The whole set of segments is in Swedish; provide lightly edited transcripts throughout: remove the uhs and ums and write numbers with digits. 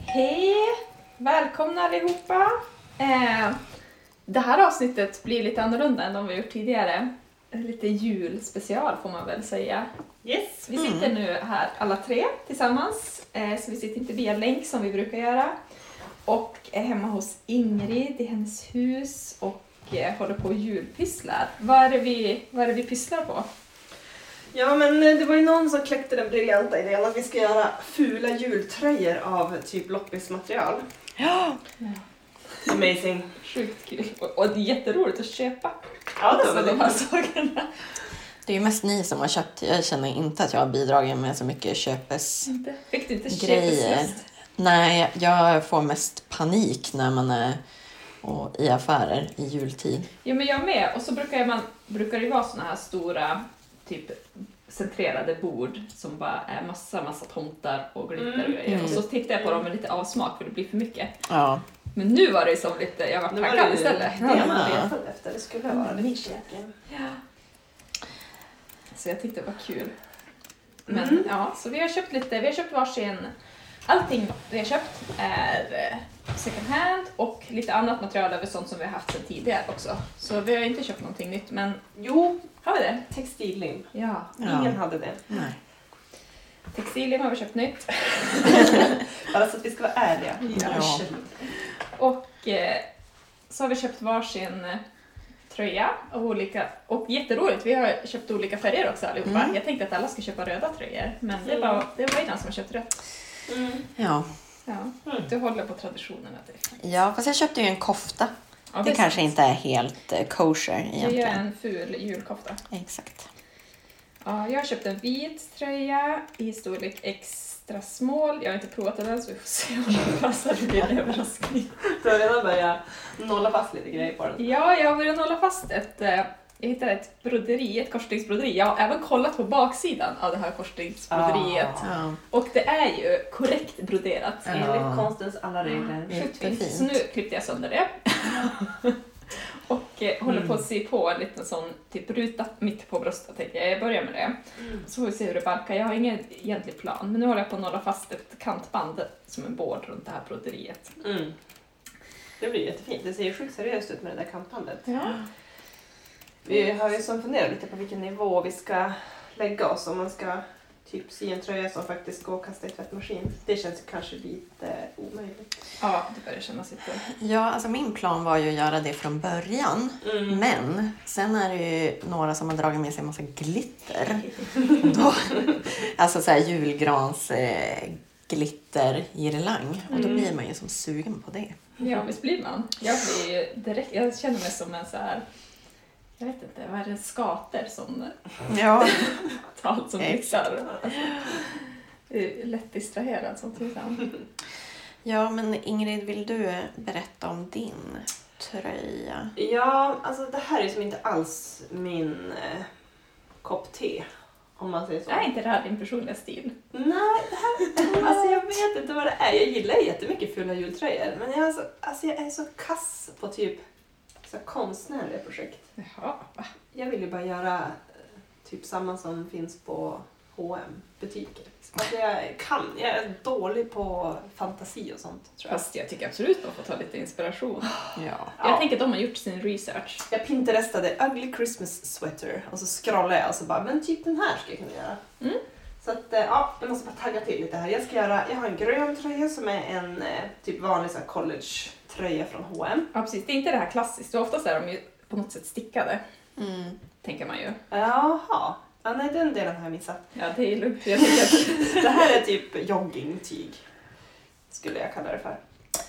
Hej! Välkomna allihopa! Det här avsnittet blir lite annorlunda än de vi gjort tidigare. Lite julspecial får man väl säga. Yes. Vi sitter nu här alla tre tillsammans. Så vi sitter inte via länk som vi brukar göra. Och är hemma hos Ingrid i hennes hus och håller på och julpysslar. Vad är det vi pysslar på? Ja, men det var ju någon som kläckte den briljanta idén att vi ska göra fula jultröjor av typ loppismaterial. Ja. Amazing. Sjukt kul. Och det är jätteroligt att köpa. Ja, det var de här det. sakerna. Det är ju mest ni som har köpt. Jag känner inte att jag har bidragit med så mycket köpesgrejer. Fick du inte köpeslust? Nej, jag får mest panik när man är i affärer i jultid. Jo, men jag med. Och så brukar det vara såna här stora typ centrerade bord som bara är massa tomtar och glitter och grejer. Och så tittade jag på dem med lite avsmak för det blir för mycket. Ja. Men nu var det som lite, jag var taggad istället. Det man letade efter, det skulle vara det nischjäken. Ja. Så jag tyckte det var kul. Men ja, så vi har köpt varsin. Allting vi har köpt är second hand och lite annat material över sånt som vi har haft sedan tidigare också. Så vi har inte köpt någonting nytt, men Jo, har vi det? textillim. Ja. Ingen hade det. Nej. Textilium har vi köpt nytt. Bara så att vi ska vara ärliga. Ja. Och så har vi köpt varsin tröja av olika, och jätteroligt, vi har köpt olika färger också allihopa. Jag tänkte att alla ska köpa röda tröjor, men det var ju den som har köpt rött. Ja. Ja, du håller på traditionen att det. Ja, fast jag köpte ju en kofta. Ja, det kanske inte är helt kosher Det är egentligen. en ful julkofta. Exakt. Ja, jag har köpt en vit tröja i storlek extra small. Jag har inte provat den än så vi får se om den passar. Det blir en överraskning. Du har redan börjat nolla fast lite grejer på den. Ja, jag har börjat nolla fast jag hittade ett broderi, ett korsstygnsbroderi. Jag har även kollat på baksidan av det här korsstygnsbroderiet. Ja. Och det är ju korrekt broderat. Enligt konstens alla regler. Jättefint. Så nu klippte jag sönder det. Och håller på att sy på en liten sån typ ruta mitt på bröstet. Tänkte jag börjar med det. Så får vi se hur det barkar. Jag har ingen egentlig plan. Men nu håller jag på att nolla fast ett kantband som en bård runt det här broderiet. Det blir jättefint. Det ser ju sjukt seriöst ut med det där kantbandet. Ja. Vi har ju som funderat lite på vilken nivå vi ska lägga oss om man ska typ sy en tröja som faktiskt går att kasta i tvättmaskin. Det känns kanske lite omöjligt. Ja, det börjar kännas lite. Ja, alltså min plan var ju att göra det från början. Men sen är det ju några som har dragit med sig en massa glitter. Alltså så här julgrans glitter girlang. Och då blir man ju som sugen på det. Ja, visst blir man. Jag känner mig som en så här. Jag vet inte, vad är det? Skater som Ja. tar allt som glittrar. Lätt distraherad som tusan. Ja, men Ingrid, vill du berätta om din tröja? Ja, alltså det här är som inte alls min kopp te, om man säger så. Är inte det här din personliga stil? Nej, det här, alltså jag vet inte vad det är. Jag gillar jättemycket fula jultröjor, men jag är så kass på typ så konstnärliga projekt. Jaha, va? Jag vill ju bara göra typ samma som finns på H&M-butiker. Alltså jag är dålig på fantasi och sånt, tror jag. Fast jag tycker absolut man får ta lite inspiration. Ja. Jag tänker att de har gjort sin research. Jag pinterestade ugly Christmas sweater och så scrollade jag och så bara, men typ den här ska jag kunna göra. Så att ja, jag måste bara tagga till lite här. Jag har en grön tröja som är en typ vanlig så här college-tröja från H&M. Ja, precis. Det är inte det här klassiskt. Oftast är de ju på något sätt stickade. Tänker man ju. Jaha. Ja, nej, den delen har jag missat. Ja, det är lugnt. Jag tycker att Det här är typ joggingtyg, skulle jag kalla det för.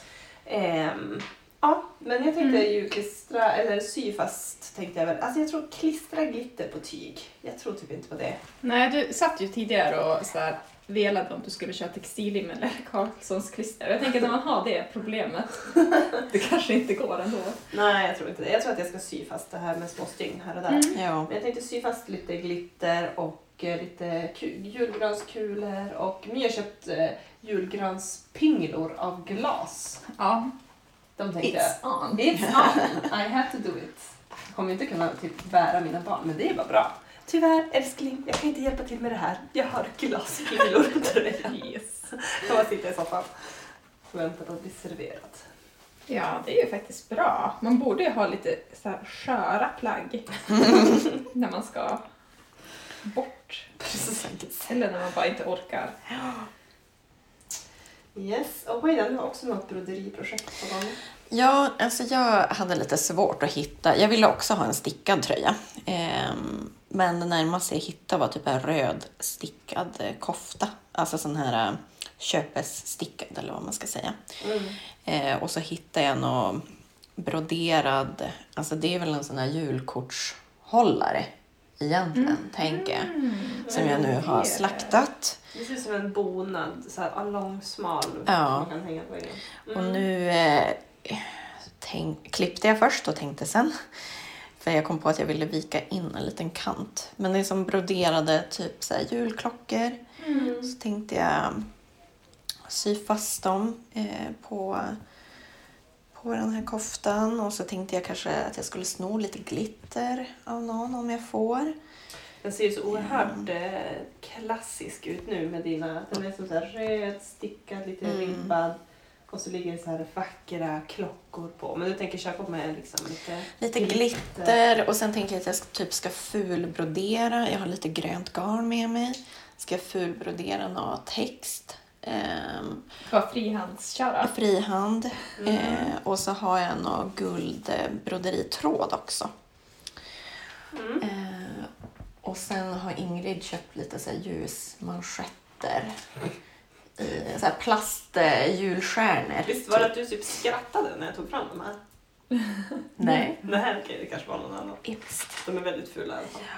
Ja, men jag tänkte ju klistra, eller sy fast tänkte jag väl. Alltså jag tror klistra glitter på tyg. Jag tror typ inte på det. Nej, du satt ju tidigare och så här velade om du skulle köra textilim eller Carlssons klister. Jag tänker att när man har det problemet, det kanske inte går ändå. Nej, jag tror inte det. Jag tror att jag ska sy fast det här med små stygn här och där. Ja. Men jag tänkte sy fast lite glitter och lite julgranskulor. Och nu har jag köpt julgranspinglor av glas. Ja, De tänkte it's on. It's on. I have to do it. Jag kommer inte kunna typ bära mina barn, men det är bara bra. Tyvärr, älskling, jag kan inte hjälpa till med det här. Jag har glaspinglor på tröjan. Yes. Kan man sitta i soffan. väntar på att bli serverad. Ja, det är ju faktiskt bra. Man borde ju ha lite så här sköra plagg när man ska bort. Precis. Eller när man bara inte orkar. Yes, och Wayne, du har också något broderiprojekt på gång. Ja, alltså jag hade lite svårt att hitta. Jag ville också ha en stickad tröja. Men det närmaste jag hittade var typ en röd stickad kofta. Alltså sån här köpesstickad eller vad man ska säga. Och så hittade jag någon broderad, alltså det är väl en sån här julkortshållare egentligen, tänker jag. Som jag nu har slaktat. Det ser ut som en bonad, så här lång, smal. Ja. Man kan hänga på egen. Och nu klippte jag först och tänkte sen. För jag kom på att jag ville vika in en liten kant. Men det är som broderade typ så här julklockor. Så tänkte jag sy fast dem på den här koftan. Och så tänkte jag kanske att jag skulle sno lite glitter av någon om jag får. Den ser ju så oerhört klassisk ut nu med dina. Den är som så här röd, stickad, lite ribbad. Och så ligger det så här vackra klockor på. Men du tänker köpa med liksom lite glitter. Och sen tänker jag att jag typ ska fulbrodera. Jag har lite grönt garn med mig. Ska jag fulbrodera någon text. Var frihandsköra. Frihand. Och så har jag någon guldbroderitråd också. Och sen har Ingrid köpt lite så här ljusmanschetter. Så här plastjulstjärnor. Visst var det att du typ skrattade när jag tog fram de här? Nej. Nej, okej, det kanske var någon annan. It's. De är väldigt fula i alla fall.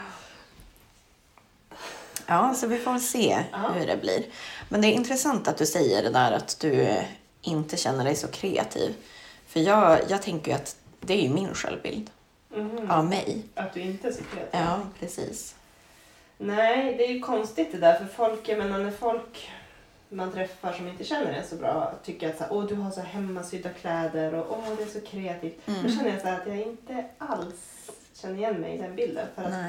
Ja, så vi får se hur det blir. Men det är intressant att du säger det där att du inte känner dig så kreativ. För jag tänker ju att det är ju min självbild av mig. Att du inte är så kreativ. Ja, precis. Nej, det är ju konstigt det där. För folk, jag menar när folk man träffar som inte känner det så bra tycker att så här, du har så hemmasydda kläder och det är så kreativt. Då känner jag så här att jag inte alls känner igen mig i den bilden. För att,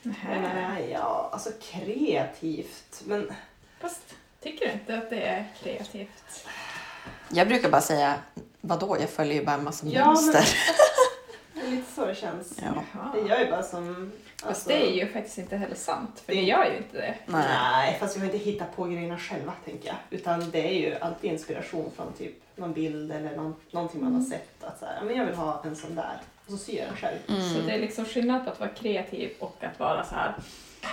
alltså kreativt. Men Fast tycker du inte att det är kreativt? Jag brukar bara säga, vadå? Jag följer ju bara en massa mönster. Det är lite så det känns. Ja. Det gör ju bara som... Fast det är ju faktiskt inte heller sant. För det gör ju inte det. Nej, fast vi har inte hittat på grejerna själva tänker jag. Utan det är ju alltid inspiration från typ någon bild eller någonting man har sett. Att så här, men jag vill ha en sån där. Och så syr jag den själv. Så det är liksom skillnad på att vara kreativ och att vara så här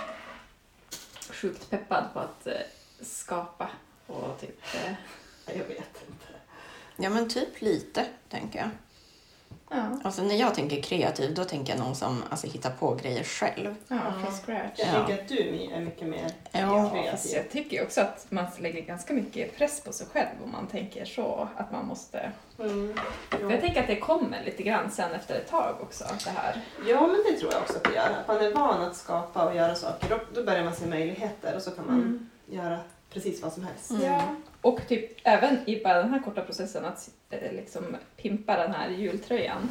sjukt peppad på att skapa. Och typ... Jag vet inte. Ja, men typ lite, tänker jag. Ja. Alltså när jag tänker kreativ, då tänker jag någon som hittar på grejer själv. Ja, från scratch. Jag tänker att du är mycket mer kreativ. Fast jag tycker ju också att man lägger ganska mycket press på sig själv om man tänker så. Att man måste... För jag tänker att det kommer lite grann sen efter ett tag också. Det här. Ja, men det tror jag också att det gör. Att man är van att skapa och göra saker. Då börjar man se möjligheter och så kan man göra precis vad som helst. Ja. Och typ även i bara den här korta processen att liksom pimpa den här jultröjan.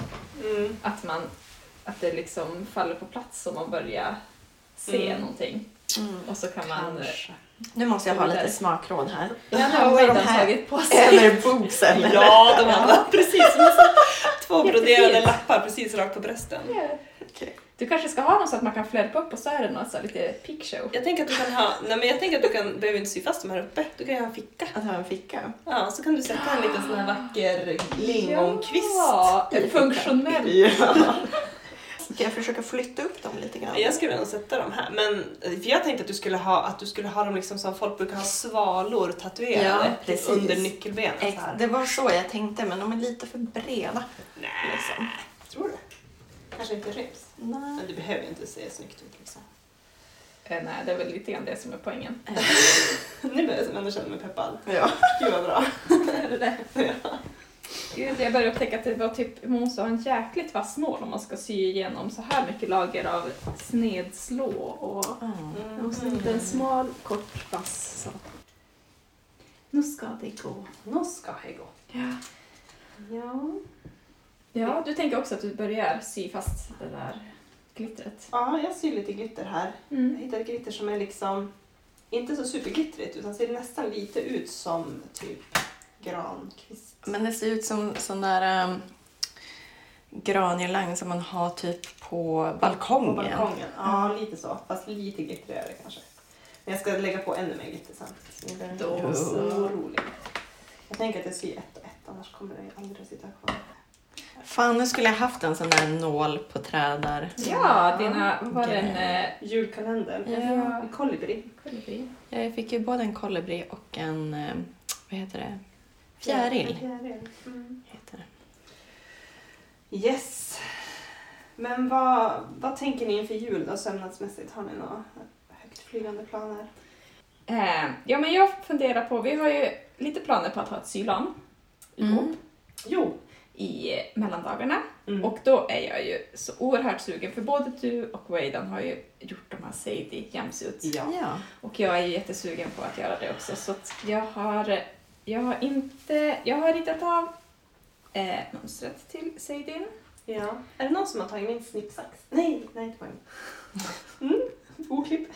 Att det liksom faller på plats och man börjar se någonting. Och så kan man... Nu måste jag ha lite smakråd här. Ja, nu har Wayne tagit på sig. Eller boobsen. Ja, de hade precis som två broderade lappar precis rakt på brösten. Yeah. Okay. Du kanske ska ha något så att man kan flärpa upp och så är det något så lite pickshow. Jag tänker att du kan ha, behöver inte sy fast dem här uppe. Du kan ju ha en ficka. Att ha en ficka? Ja, så kan du sätta en liten sån här vacker lingonkvist. Ja, funktionell. Ja. Ska jag försöka flytta upp dem lite grann? Jag skulle nog sätta dem här. Men för jag tänkte att du skulle ha dem liksom som folk brukar ha svalor tatuerade under nyckelbenet. Så här. Det var så jag tänkte, men de är lite för breda. Nej, liksom. Tror du? Kanske inte ryms. Nej. Men du behöver ju inte se snyggt ut liksom. Nej, det är väl lite grann det som är poängen. Nu börjar jag ändå känna mig peppad. Ja. Gud vad bra. Är det? Ja. Gud, jag började upptäcka att det var typ, man måste ha en jäkligt vass nål om man ska sy igenom så här mycket lager av snedslå. Och jag måste hitta en smal, kort, vass. Så. Nu ska det gå. Nu ska det gå. Ja. Ja. Ja, du tänker också att du börjar sy fast det där glittret. Ja, jag syr lite glitter här. Jag hittade glitter som är liksom inte så superglittrigt utan ser nästan lite ut som typ grankvist. Men det ser ut som sån där granielang som man har typ på balkongen. På balkongen, ja lite så. Fast lite glittrigare kanske. Men jag ska lägga på ännu mer glitter sen. Det är så roligt. Jag tänker att jag syr 1 och 1, annars kommer det aldrig sitta kvar. Fan, nu skulle jag haft en sån där nål på träd där. Ja, dina, vad var den? Julkalender. Ja. Kolibri. Jag fick ju både en kolibri och en, vad heter det? Fjäril. Heter det. Yes. Men vad tänker ni inför jul då, sömnadsmässigt? Har ni några högtflygande planer? Ja, men jag funderar på, vi har ju lite planer på att ha ett sylan i mellandagarna. Och då är jag ju så oerhört sugen, för både du och Waydan har ju gjort de här Sadie jumpsuits. Ja. Och jag är ju jättesugen på att göra det också, så att jag har ritat av mönstret till Sadien. Ja. Är det någon som har tagit min snippsax? Nej, inte på en. Oklipp.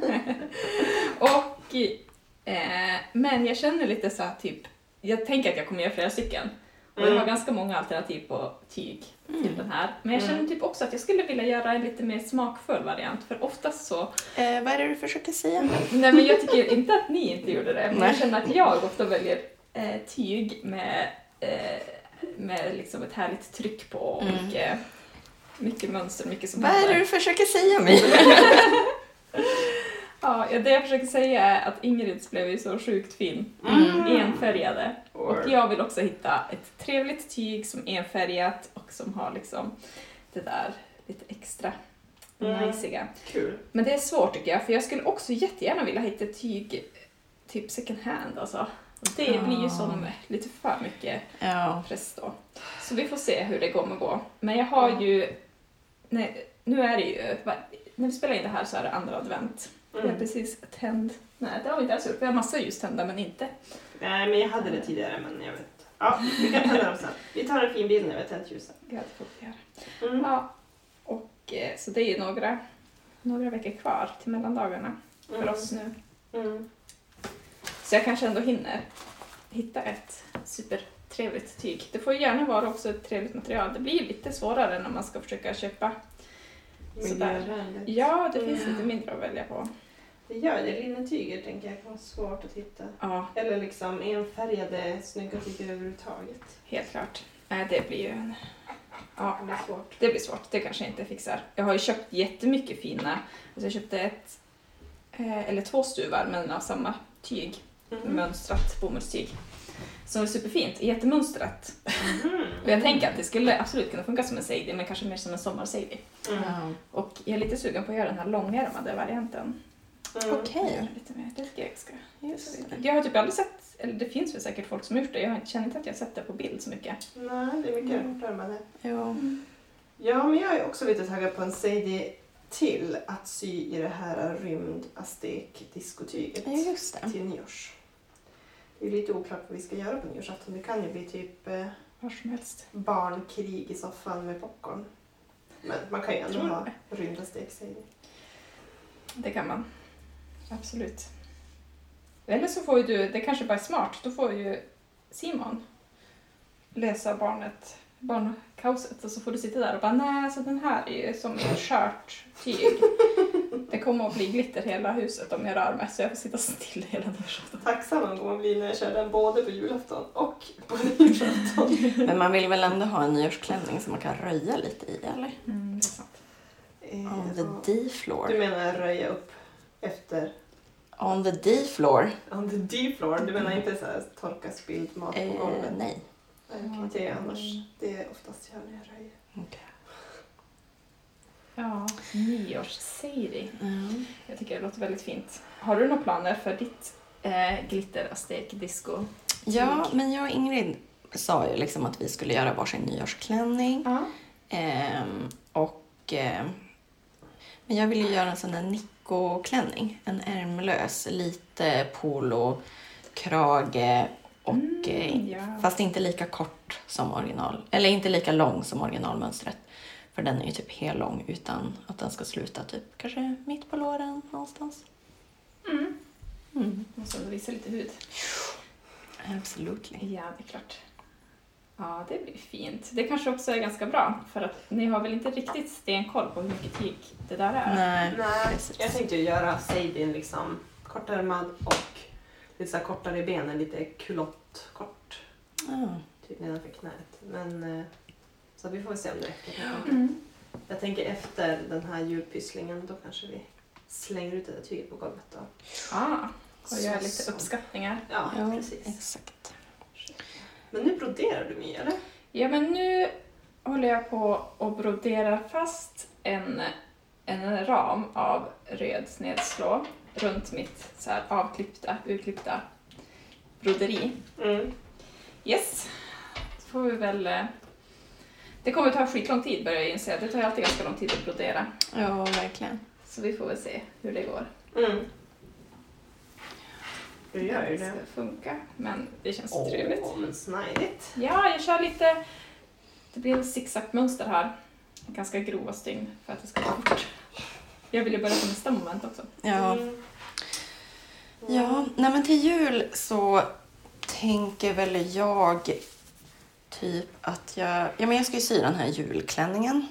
Och men jag känner lite så här, typ, jag tänker att jag kommer göra flera stycken. Och jag har ganska många alternativ på tyg till den här. Men jag känner typ också att jag skulle vilja göra en lite mer smakfull variant. För oftast så... Vad är det du försöker säga? Nej, men jag tycker inte att ni inte gjorde det. Men jag känner att jag ofta väljer tyg med liksom ett härligt tryck på. Och mycket mönster, mycket som Vad är det du försöker säga mig? Ja, det jag försöker säga är att Ingrids blev ju så sjukt fin. Enfärgade. Och jag vill också hitta ett trevligt tyg som är enfärgat och som har liksom det där lite extra najsiga. Kul. Men det är svårt tycker jag, för jag skulle också jättegärna vilja hitta ett tyg typ second hand alltså. Och det blir ju som lite för mycket press då. Så vi får se hur det kommer gå. Men jag har ju, nu är det ju, när vi spelar in det här så är det andra advent. Jag är precis tänd. Nej, det har vi inte alls gjort. Vi har massa ljus tända, men inte. Nej, men jag hade det tidigare, men jag vet. Ja, vi kan tända dem sen. Vi tar en fin bild när vi har tänt ljusen. Det hade fått göra. Ja, och så det är ju några veckor kvar till mellandagarna för oss nu. Så jag kanske ändå hinner hitta ett supertrevligt tyg. Det får gärna vara också ett trevligt material. Det blir lite svårare när man ska försöka köpa sådär. Ja, det finns lite mindre att välja på. Det gör det. Linnetyger tänker jag kan vara svårt att hitta. Ja. Eller liksom enfärgade snygga tyger överhuvudtaget. Helt klart. Det blir ju det blir svårt. Det blir svårt. Det kanske jag inte fixar. Jag har ju köpt jättemycket fina. Alltså jag köpte 2 stuvar men av samma tyg. Mönstrat bomullstyg. Som är superfint. Jättemönstrat. Och jag tänker att det skulle absolut kunna funka som en Sadie, men kanske mer som en sommar-Sadie. Och jag är lite sugen på att göra den här långärmade varianten. Okej. Det tycker jag ska. Jag har typ aldrig sett, eller det finns väl säkert folk som har gjort det. Jag känner inte att jag har sett det på bild så mycket. Nej, det är mycket kortare med det. Ja, men jag är också lite taggad på en Sadie till att sy i det här rymd aztek diskotyget till nyårs. Det är lite oklart vad vi ska göra på nyårsafton. Det kan ju bli typ var som helst. Barnkrig i soffan med popcorn. Men man kan ju ändå ha rymdaztek Sadie. Det kan man. Absolut. Eller så får ju du, det kanske bara är smart, då får ju Simon läsa barnkaoset och så får du sitta där och bara nej, så den här är ju som en skört tyg. Det kommer att bli glitter hela huset om jag rör mig så jag får sitta still hela nyårsafton. Tacksam man kommer att bli när jag kör den både på julafton och på nyårsafton. Men man vill väl ändå ha en nyårsklänning som man kan röja lite i, eller? Det är sant. On the D-floor. Du menar röja upp efter? On the D-floor. On the D-floor? Du menar inte så här torka spilld mat på golvet? Nej. Det är annars. Det är oftast jag när jag röjer. Okay. Ja, nyårs-Sadie. Jag tycker det låter väldigt fint. Har du några planer för ditt glitter-aztek-disco? Ja, men jag och Ingrid sa ju liksom att vi skulle göra varsin nyårsklänning. Men jag vill ju göra en sån där Nico-klänning. En ärmlös, lite polo, krage och fast inte lika kort som original. Eller inte lika lång som originalmönstret. För den är ju typ helt lång utan att den ska sluta typ kanske mitt på låren någonstans. Och så visar lite hud. Absolutely. Ja, det är klart. Ja, det blir fint. Det kanske också är ganska bra, för att ni har väl inte riktigt stenkoll på hur mycket tyg det där är? Nej, Nej, precis. jag tänkte ju göra seidin liksom kortärmad och lite så här kortare i benen, lite kulottkort. Typ nedanför knät. Men så vi får se om det räcker. Jag tänker efter den här julpysslingen då kanske vi slänger ut det där tyget på golvet då. Och gör lite uppskattningar. Ja, precis. Exakt. Men nu broderar du mig, eller? Ja, men nu håller jag på och broderar fast en ram av röd snedslå runt mitt så här urklippta broderi. Yes. Så får vi väl... Det kommer ta skitlång tid, börjar jag inse. Det tar ju alltid ganska lång tid att brodera. Ja, verkligen. Så vi får väl se hur det går. Du gör ju det det. ska funka, men det känns trevligt. Men snajdigt. Ja, jag kör lite... Det blir en zigzag-mönster här. Ganska grova stygn för att det ska gå fort. Jag vill ju börja på nästa moment också. Ja. Ja, nej men till jul så tänker väl jag typ att jag ska ju sy den här julklänningen.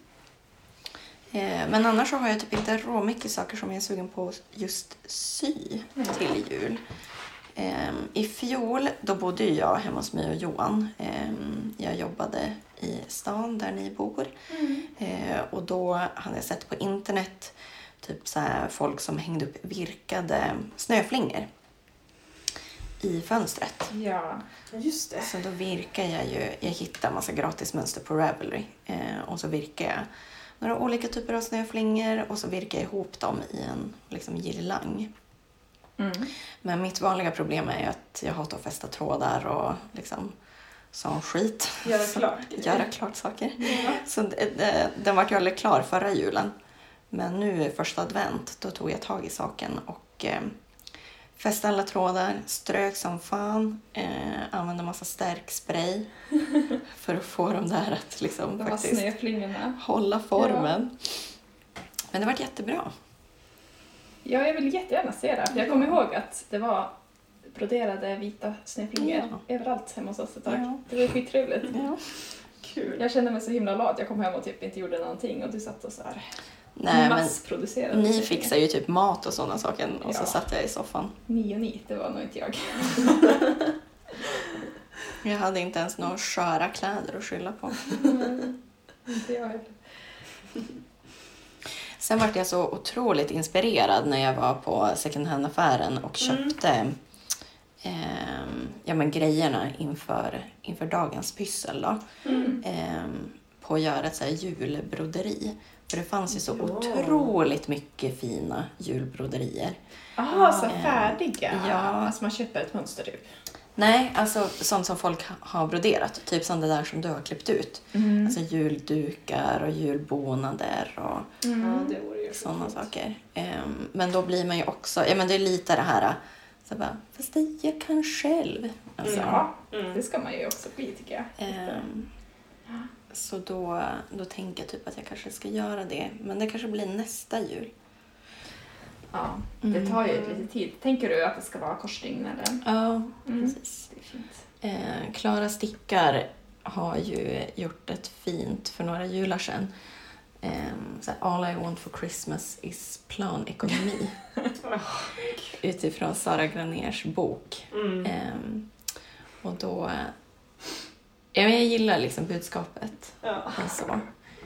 Men annars så har jag typ inte rå mycket saker som jag är sugen på just sy till jul. I fjol då bodde jag hemma hos mig och Johan. Jag jobbade i stan där ni bor. Och då hade jag sett på internet typ så här folk som hängde upp virkade snöflingor i fönstret. Ja, just det. Så då virkar jag hittade en massa gratis mönster på Ravelry. Och så virkar jag några olika typer av snöflingor och så virkar jag ihop dem i en liksom girlang. Men mitt vanliga problem är ju att jag hatar att fästa trådar och liksom sån skit. Göra klart saker. Ja. Så den var ju aldrig klar förra julen. Men nu i första advent då tog jag tag i saken och fäste alla trådar, strök som fan, använde massa stärkspray för att få dem där att liksom faktiskt hålla formen. Men det var jättebra. Ja, jag vill jättegärna se det. Jag kommer ihåg att det var broderade vita snöflingor överallt hemma hos oss ett tag. Ja. Det var skittrevligt. Ja. Kul. Jag kände mig så himla lat. Jag kom hem och typ inte gjorde någonting och du satt och så här Nej, massproducerade. men ni fixar ju typ mat och sådana saker och så Ja. satt jag i soffan. 9 det var nog inte jag. Jag hade inte ens några sköra kläder att skylla på. Inte jag heller. Sen var jag så otroligt inspirerad när jag var på second hand-affären och köpte grejerna inför dagens pyssel då. På att göra ett så här julbroderi. För det fanns ju så otroligt mycket fina julbroderier. Jaha, så färdiga? Ja. Alltså man köper ett mönster typ? Nej, alltså sånt som folk har broderat. Typ som det där som du har klippt ut. Alltså juldukar och julbonader och det vore ju sådana saker. Men då blir man ju också, det är lite det här, så bara, fast det jag kan själv. Alltså, Ja, det ska man ju också bli tycker jag. så då tänker jag typ att jag kanske ska göra det. Men det kanske blir nästa jul. Ja, det tar ju lite tid. Tänker du att det ska vara korsstygn eller? Ja, precis. Det är fint. Klara Stickar har ju gjort ett fint för några jular sedan. Så All I want for Christmas is planekonomi. Utifrån Sara Graners bok. Och då... jag gillar liksom budskapet. Och så.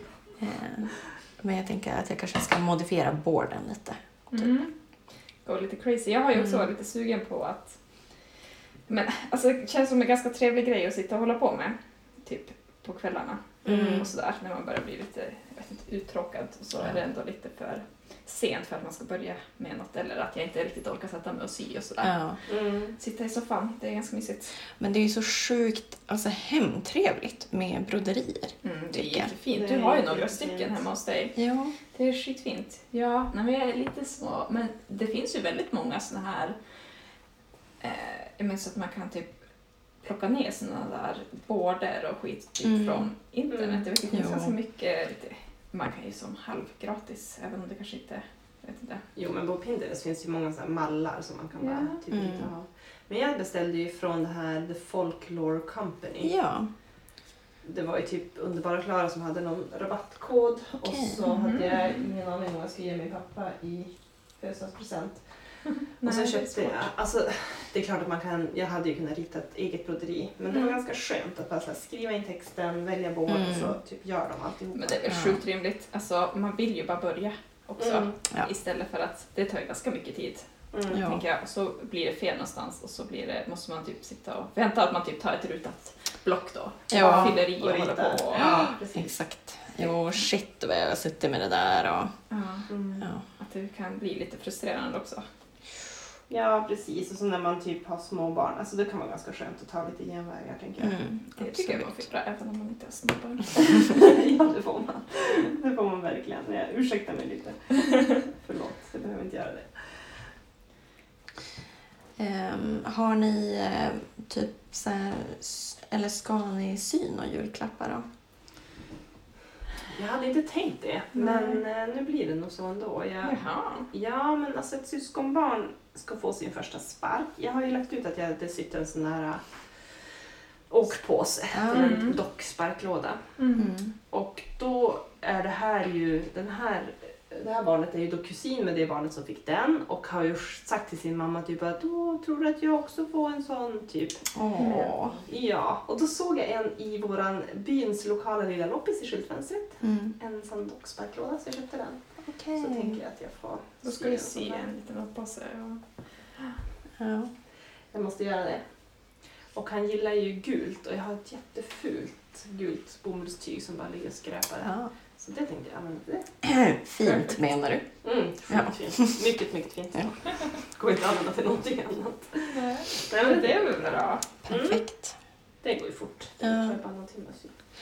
Men jag tänker att jag kanske ska modifiera boarden lite. Typ. Gå lite crazy. Jag har ju också varit lite sugen på att... Men alltså, det känns som en ganska trevlig grej att sitta och hålla på med. Typ på kvällarna. Och sådär. När man börjar bli lite uttråkad. Och så är det ändå lite för sent för att man ska börja med något. Eller att jag inte riktigt orkar sätta mig och sy och sådär. Ja. Sitta i soffan. Det är ganska mysigt. Men det är ju så sjukt hemtrevligt med broderier. Det är jättefint. Du har ju några stycken hemma hos dig. Ja. Det är skitfint. Ja, men jag är lite små. Men det finns ju väldigt många såna här... så att man kan typ plocka ner såna där border och skit typ från internet. Jag vet, det finns ganska mycket... Man kan ju som halvgratis, även om det kanske inte... Jag vet inte. Jo, men på Pinterest finns ju många så här mallar som man kan bara typ lite av. Men jag beställde ju från det här The Folklore Company. Ja. Det var ju typ Underbara Klara som hade någon rabattkod. Okej. Och så hade jag ingen aning om vad jag skulle ge min pappa i födelsedagspresent. Och så köpte jag, alltså det är klart att jag hade ju kunnat rita ett eget broderi. Men det var ganska skönt att bara så här, skriva in texten, välja båt och så typ gör de alltihop. Men det är väl sjukt rimligt. Alltså man vill ju bara börja också. Ja. Istället för att det tar ju ganska mycket tid. Ja. Tänker jag. Och så blir det fel någonstans och så måste man typ sitta och vänta att man typ tar ett rutat block då. Ja. Fyller i och Och håller ritar. på. Ja, precis. Exakt. Jo, shit vad jag har suttit med det där. Och, ja. Att det kan bli lite frustrerande också. Ja, precis. Och så när man typ har små barn, alltså det kan vara ganska skönt att ta lite genvägar, tänker jag. Det tycker jag var för bra, även om man inte har små barn. Ja, det får man. Det får man verkligen. Jag ursäktar mig lite. Förlåt, jag behöver inte göra det. Har ni typ så här, eller ska ni sy några julklappar då? Jag hade inte tänkt det, men nu blir det nog så ändå. Ja, men alltså ett syskonbarn ska få sin första spark. Jag har ju lagt ut att jag hade sytt en sån här åkpåse, en docksparklåda. Och då är det här barnet är ju då kusin med det barnet som fick den och har ju sagt till sin mamma typ att då tror du att jag också får en sån typ. Ja, och då såg jag en i våran byns lokala lilla loppis i skyltfönstret. En sån docksparklåda, så jag köpte den. Okay. Så tänker jag att jag får. Då ska du se en liten åkpåse. Ja. Jag måste göra det. Och han gillar ju gult och jag har ett jättefult gult bomullstyg som bara ligger och skräpar. Ja. Så det tänkte jag använda det. Fint menar du? Fint. Mycket, mycket fint. Ja. Går inte att använda till någonting annat. Nej, men det är väl bra. Perfekt. Det går ju fort. Ja. Jag bara någon timme.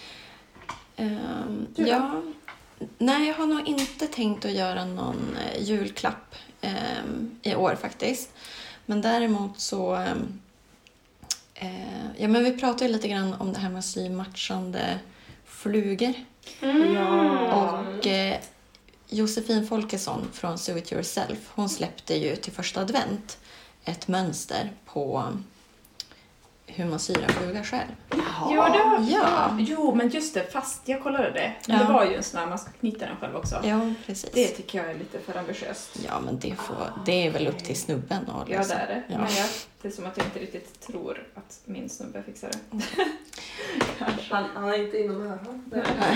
Ja. Nej, jag har nog inte tänkt att göra någon julklapp i år faktiskt. Men däremot så... ja, men vi pratade ju lite grann om det här med att sy matchande flugor. Och Josefin Folkesson från Sew It Yourself, hon släppte ju till första advent ett mönster på hur man syr en fluga själv. Jo, men just det, fast jag kollade det. Men det var ju en sån här, man ska knyta den själv också. Ja, precis. Det tycker jag är lite för ambitiöst. Ja, men det är väl upp till snubben att Ja, det är det. Ja. Men det är som att jag inte riktigt tror att min snubbe fixar det. Han är inte inom det här.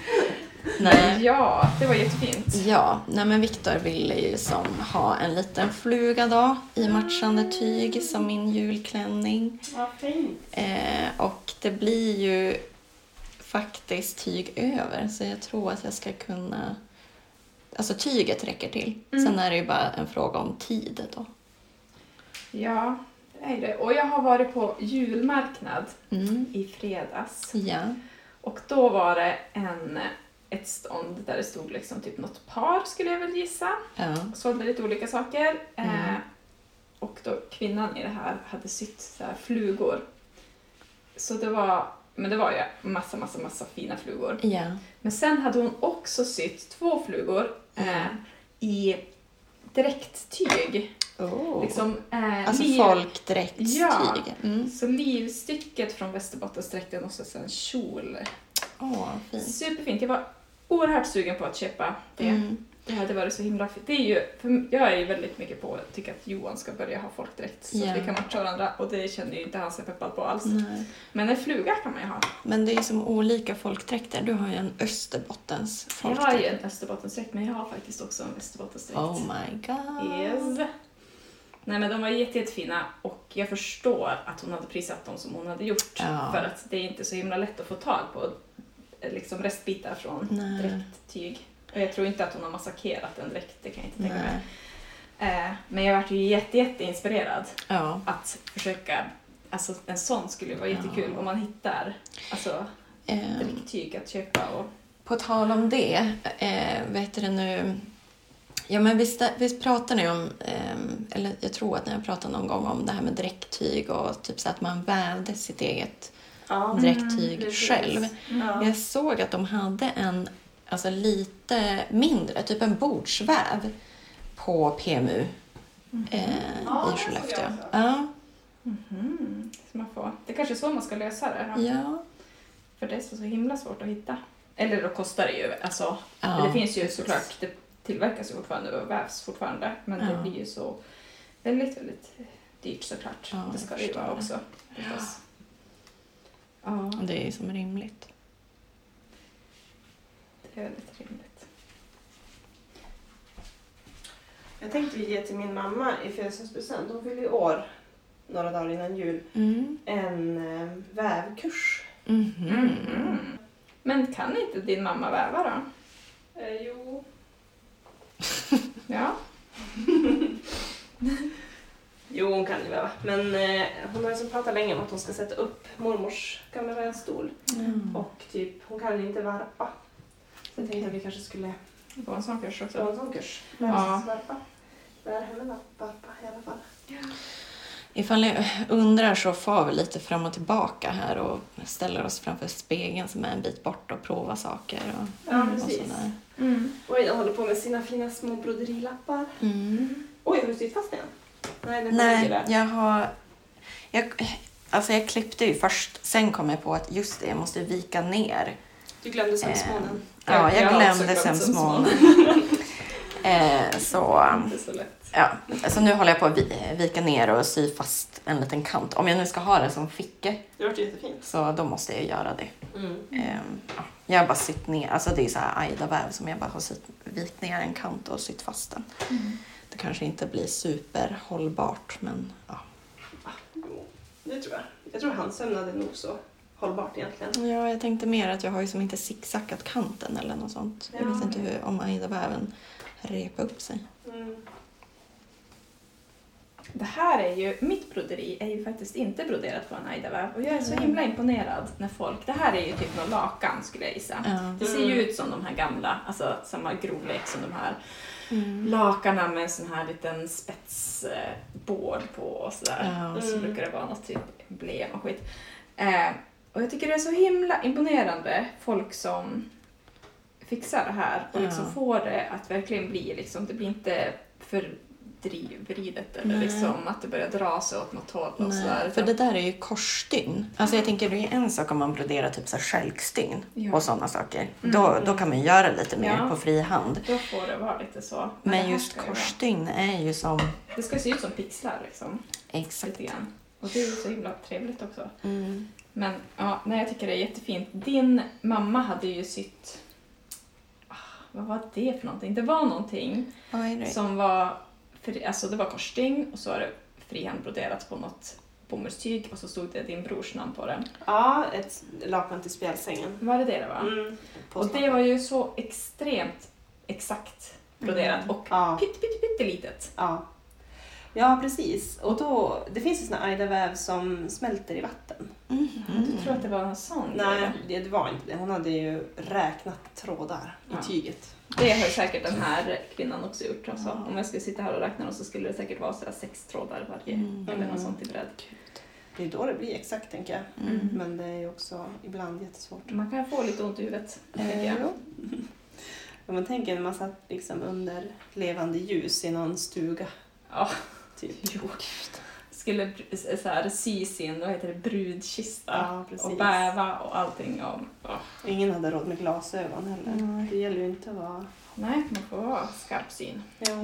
Nej. Ja, det var jättefint. Ja, nej men Viktor ville ju som ha en liten fluga då i matchande tyg som min julklänning. Vad fint. Och det blir ju faktiskt tyg över, så jag tror att jag ska kunna... Alltså tyget räcker till. Sen är det ju bara en fråga om tid då. Ja, det är det. Och jag har varit på julmarknad i fredags. Ja. Och då var det ett stånd där det stod liksom typ något par, skulle jag väl gissa. Ja. Sålde lite olika saker. Och då kvinnan i det här hade sytt så här flugor. Så det var ju massa fina flugor. Ja. Men sen hade hon också sytt 2 flugor i dräkttyg. Liksom, alltså folkdräktstyg. Ja, så livstycket från Västerbottensdräkten och så sen kjol. Fint. Superfint. Jag var oerhört sugen på att köpa det. Det hade varit så himla fint. Det är ju, jag är ju väldigt mycket på att tycka att Johan ska börja ha folkdräkt så att vi kan matcha varandra, och det känner ju inte han sig peppad på alls. Nej. Men en fluga kan man ju ha. Men det är som olika folkdräkter. Du har ju en Österbottens folkdräkt. Jag har ju en Österbottensdräkt, men jag har faktiskt också en Västerbottensdräkt. Oh my god. Yes. Nej, men de var jättefina, och jag förstår att hon hade prissatt dem som hon hade gjort. Ja. För att det är inte så himla lätt att få tag på liksom restbitar från dräkttyg. Och jag tror inte att hon har massakerat en dräkt, det kan jag inte tänka mig. Men jag var ju jätteinspirerad att försöka, alltså en sån skulle ju vara jättekul om man hittar alltså dräkttyg att köpa. Och... På tal om det, vet du nu... Ja, men visst pratar ni om, eller jag tror att ni har pratat någon gång om det här med dräkttyg och typ så att man vävde sitt eget dräkttyg själv. Ja. Jag såg att de hade en alltså lite mindre, typ en bordsväv på PMU i Skellefteå. Ja. Så man får, det är kanske är så man ska lösa det då. Ja. För det är så himla svårt att hitta. Eller då kostar det ju, alltså. Ja, Men det finns ju precis. såklart, det tillverkas ju fortfarande och vävs fortfarande. Men det blir ju så väldigt, väldigt dyrt såklart. Ja, det ska det ju vara också. Förstås. Ja, Det är ju som rimligt. det är väldigt rimligt. Jag tänkte ge till min mamma i födelsedagspresent. Hon fyller i år, några dagar innan jul, en vävkurs. Men kan inte din mamma väva då? Jo. Ja. Jo, hon kan ju väva. Men hon har liksom pratat länge om att hon ska sätta upp mormors gamla vävstol. Och typ, hon kan inte varpa. Så jag tänkte att vi kanske skulle På en sån kurs också. få en sån kurs. Ja. Varpa. Lär henne varpa i alla fall. Ifall ni undrar så far vi lite fram och tillbaka här och ställer oss framför spegeln som är en bit bort och provar saker. Ja, Och precis. sådär. Och jag håller på med sina fina små broderilappar. Oj, har du sytt fast den? Nej, den Nej, där. jag klippte ju först, sen kom jag på att just det, jag måste vika ner. Du glömde sömsmånen. Ja, jag har också glömde glömt sömsmånen. Inte så lätt. Ja, så nu håller jag på att vika ner och sy fast en liten kant. Om jag nu ska ha det som ficka Det har varit jättefint. så då måste jag göra det. Jag har bara sytt ner, alltså det är så här Aida-väv som jag bara har vikt ner en kant och sytt fast den. Det kanske inte blir superhållbart, men ja. Jo, det tror jag. Jag tror handsömnad är nog så hållbart egentligen. Ja, jag tänkte mer att jag har ju som inte zigzackat kanten eller något sånt. Jag vet inte om Aida-väven repar upp sig. Det här är ju, mitt broderi är ju faktiskt inte broderat på en Aida-väv. Och jag är så himla imponerad när folk, det här är ju typ någon lakan skulle jag gissa. Det ser ju ut som de här gamla, alltså samma grovlek som de här lakarna med en sån här liten spetsbord på och sådär. Och så brukar det vara något typ emblem och skit. Och jag tycker det är så himla imponerande folk som fixar det här och liksom får det att verkligen bli liksom, det blir inte för vridet eller liksom att det börjar dra sig åt något håll och sådär. För det där är ju korsstygn. Alltså jag tänker det är en sak om man broderar typ så här skälkstygn och sådana saker. Då kan man göra lite mer på fri hand. Då får det vara lite så. Men just korsstygn är ju som... Det ska se ut som pixlar liksom. Exakt. Och det är ju så himla trevligt också. Men ja, nej, jag tycker det är jättefint. Din mamma hade ju sytt... vad var det för någonting? Det var någonting som var... Alltså det var korsstygn och så var det frihandbroderat på något bomullstyg och så stod det din brors namn på den. Ja, ett lakan till spjälsängen. Var det var? Och det var ju så extremt exakt broderat och pyttelitet. Ja, precis. Och då, det finns ju såna Aida-väv som smälter i vatten. Du tror att det var en sån? Nej, det var inte det. Hon hade ju räknat trådar i tyget. Det har ju säkert den här kvinnan också gjort. Alltså. Om jag skulle sitta här och räkna dem så skulle det säkert vara 6 trådar varje. Eller något sånt i bredd. Det är då det blir exakt, tänker jag. Men det är ju också ibland jättesvårt. Man kan få lite ont i huvudet, tänker jag. Om man tänker när man satt liksom under levande ljus i någon stuga. Ja, typ. Jo. Skulle så här, sy sin brudkista och bäva och allting. Ingen hade råd med glasögon heller. Det gäller ju inte att vara... Nej, man får ha skarp syn.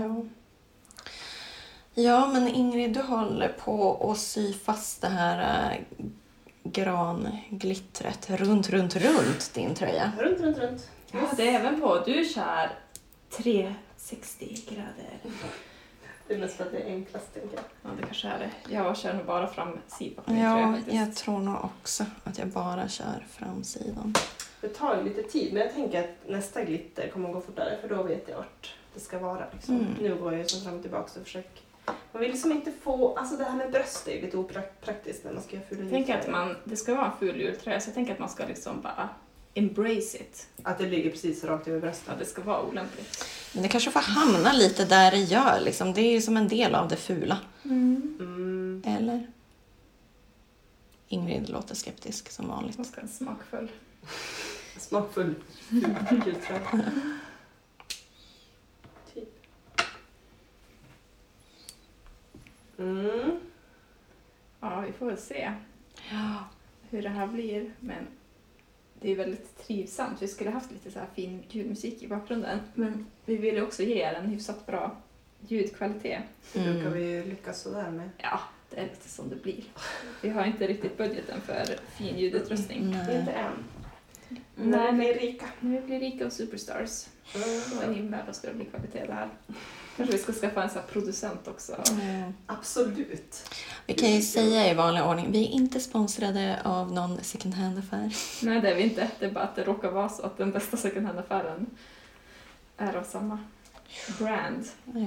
Ja, men Ingrid, du håller på att sy fast det här granglittret runt din tröja. Runt. Ja, det är även på. Du kör 360 grader. Det är mest för att det är enklast, tänker jag. Ja, det kanske är det. Jag kör nog bara framsidan på min Ja, tröja faktiskt. jag tror nog också att jag bara kör framsidan. Det tar ju lite tid, men jag tänker att nästa glitter kommer att gå fortare, för då vet jag vart det ska vara. Liksom. Nu går jag ju fram och tillbaka och försöker. Man vill liksom inte få, alltså det här med bröst är lite opraktiskt när man ska göra fula jultröjor. Jag tänker att det ska vara en ful jultröja, så jag tänker att man ska liksom bara embrace it. Att det ligger precis rakt över bröstet. Ja, det ska vara olämpligt. Men det kanske får hamna lite där det gör. Liksom. Det är ju som en del av det fula. Eller? Ingrid låter skeptisk som vanligt. Man ska en smakfull. Smakfull jultröja. Typ. Ja, väl se hur det här blir. Men det är väldigt trivsamt. Vi skulle haft lite så här fin ljudmusik i bakgrunden. Men vi ville också ge er en hyfsat bra ljudkvalitet. Det brukar vi lyckas sådär med. Ja, det är lite som det blir. Vi har inte riktigt budgeten för fin ljudutrustning. Inte än. Nej, När vi blir rika. När vi blir rika och superstars. Då är himla, då ska det bli kvalitet där. Kanske vi ska skaffa en sån här producent också. Absolut. Vi kan ju säga i vanlig ordning, vi är inte sponsrade av någon second hand-affär. Nej, det är vi inte. Det är bara att det råkar vara så att den bästa second hand-affären är av samma brand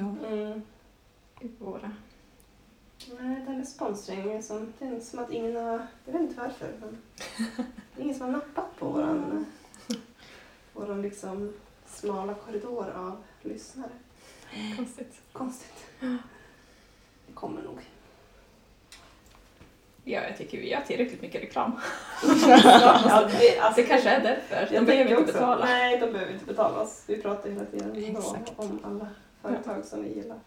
i våra. Nej, det här med sponsring det är som att ingen har, jag vet inte varför, men det är ingen som har nappat på våran liksom smala korridor av lyssnare. Konstigt. Det kommer nog. Ja, jag tycker vi har tillräckligt mycket reklam. Det kanske är därför. De behöver inte betala. Nej, de behöver inte betala oss. Vi pratar hela tiden om alla företag som vi gillar.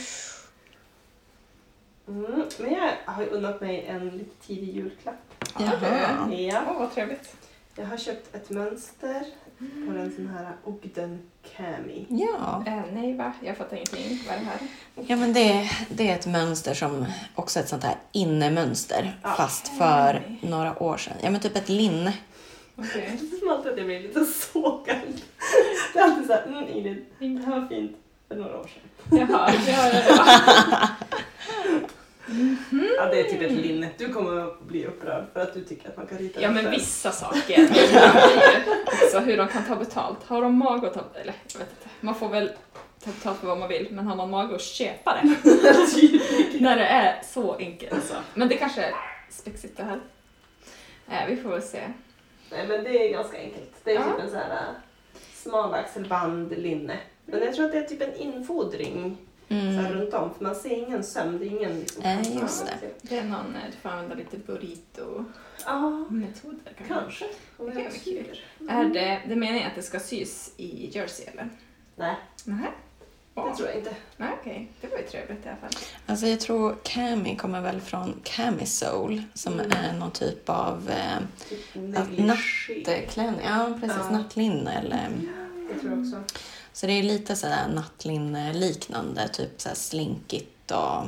Men jag har ju unnat mig en lite tidig julklapp. Jaha. Ja. Vad trevligt. Jag har köpt ett mönster på en sån här Ogden Cami. Ja. Nej va? Jag fattar ingenting. Vad är det här? Ja, men det är ett mönster som också är ett sånt här innemönster. Ja. Fast för några år sedan. Ja, men typ ett linne. Okej. Det är som alltid att jag blir lite sågad. Det är alltid såhär, Ingrid, det här var fint för några år sedan. Jaha, ja. Ja, det är typ ett linne. Du kommer att bli upprörd för att du tycker att man kan rita Ja, det men själv. vissa saker. Också hur de kan ta betalt. Har de mag att ta... Eller, jag vet inte. Man får väl ta betalt för vad man vill. Men har man mag att köpa det? När det är så enkelt så. Men det kanske är spexigt det här. Vi får väl se. Nej, men det är ganska enkelt. Det är typ en sån här smal axelband linne. Men jag tror att det är typ en infodring så här runt om. För man ser ingen söm. Det är ingen liksom... Just det. Det är någon... Du får använda lite burrito-metoder. Kanske. Det kan vara kul. Är det meningen att det ska sys i jersey eller? Nej, Nej. det tror jag inte. Nej, okej. Det var ju trevligt i alla fall. Alltså jag tror Cami kommer väl från Camisole som är någon typ av nattklänning. Ja, precis. Nattlinne eller... Det tror jag också. Så det är lite sådär nattlinne liknande, typ såhär slinkigt och...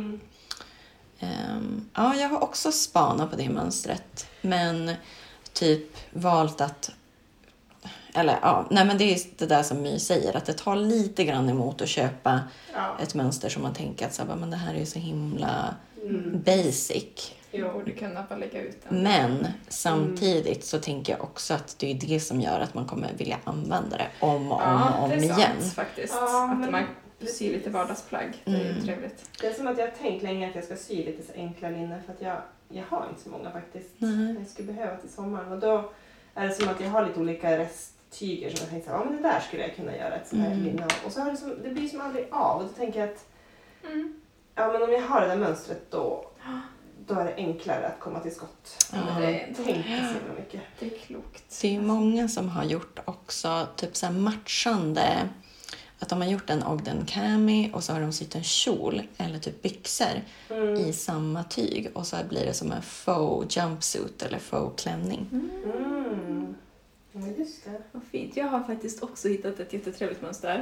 ja, jag har också spanat på det mönstret, men typ valt att... Eller ja, nej men det är det där som My säger, att det tar lite grann emot att köpa ett mönster som man tänker att så här, men det här är ju så himla basic. Jag borde kunna bara lägga ut den. Men samtidigt så tänker jag också att det är det som gör att man kommer vilja använda det om och om igen. Det är sant faktiskt. Att man syr lite vardagsplagg. Det är ju trevligt. Det är som att jag har tänkt länge att jag ska sy lite så enkla linne för att jag har inte så många faktiskt. Nej. Jag skulle behöva till sommaren och då är det som att jag har lite olika resttyger som jag tänkte men det där skulle jag kunna göra ett sånt här linne av. Och så har det blir som aldrig av och då tänker jag att ja men om jag har det där mönstret då är det enklare att komma till skott. Ja, Jag tänker så mycket. Det är klokt. Det är många som har gjort också typ så här matchande, att de har gjort en Ogden Cami och så har de sytt en kjol eller typ byxor i samma tyg och så blir det som en faux jumpsuit eller faux klänning. Ja, just det. Vad fint. Jag har faktiskt också hittat ett jättetrevligt mönster.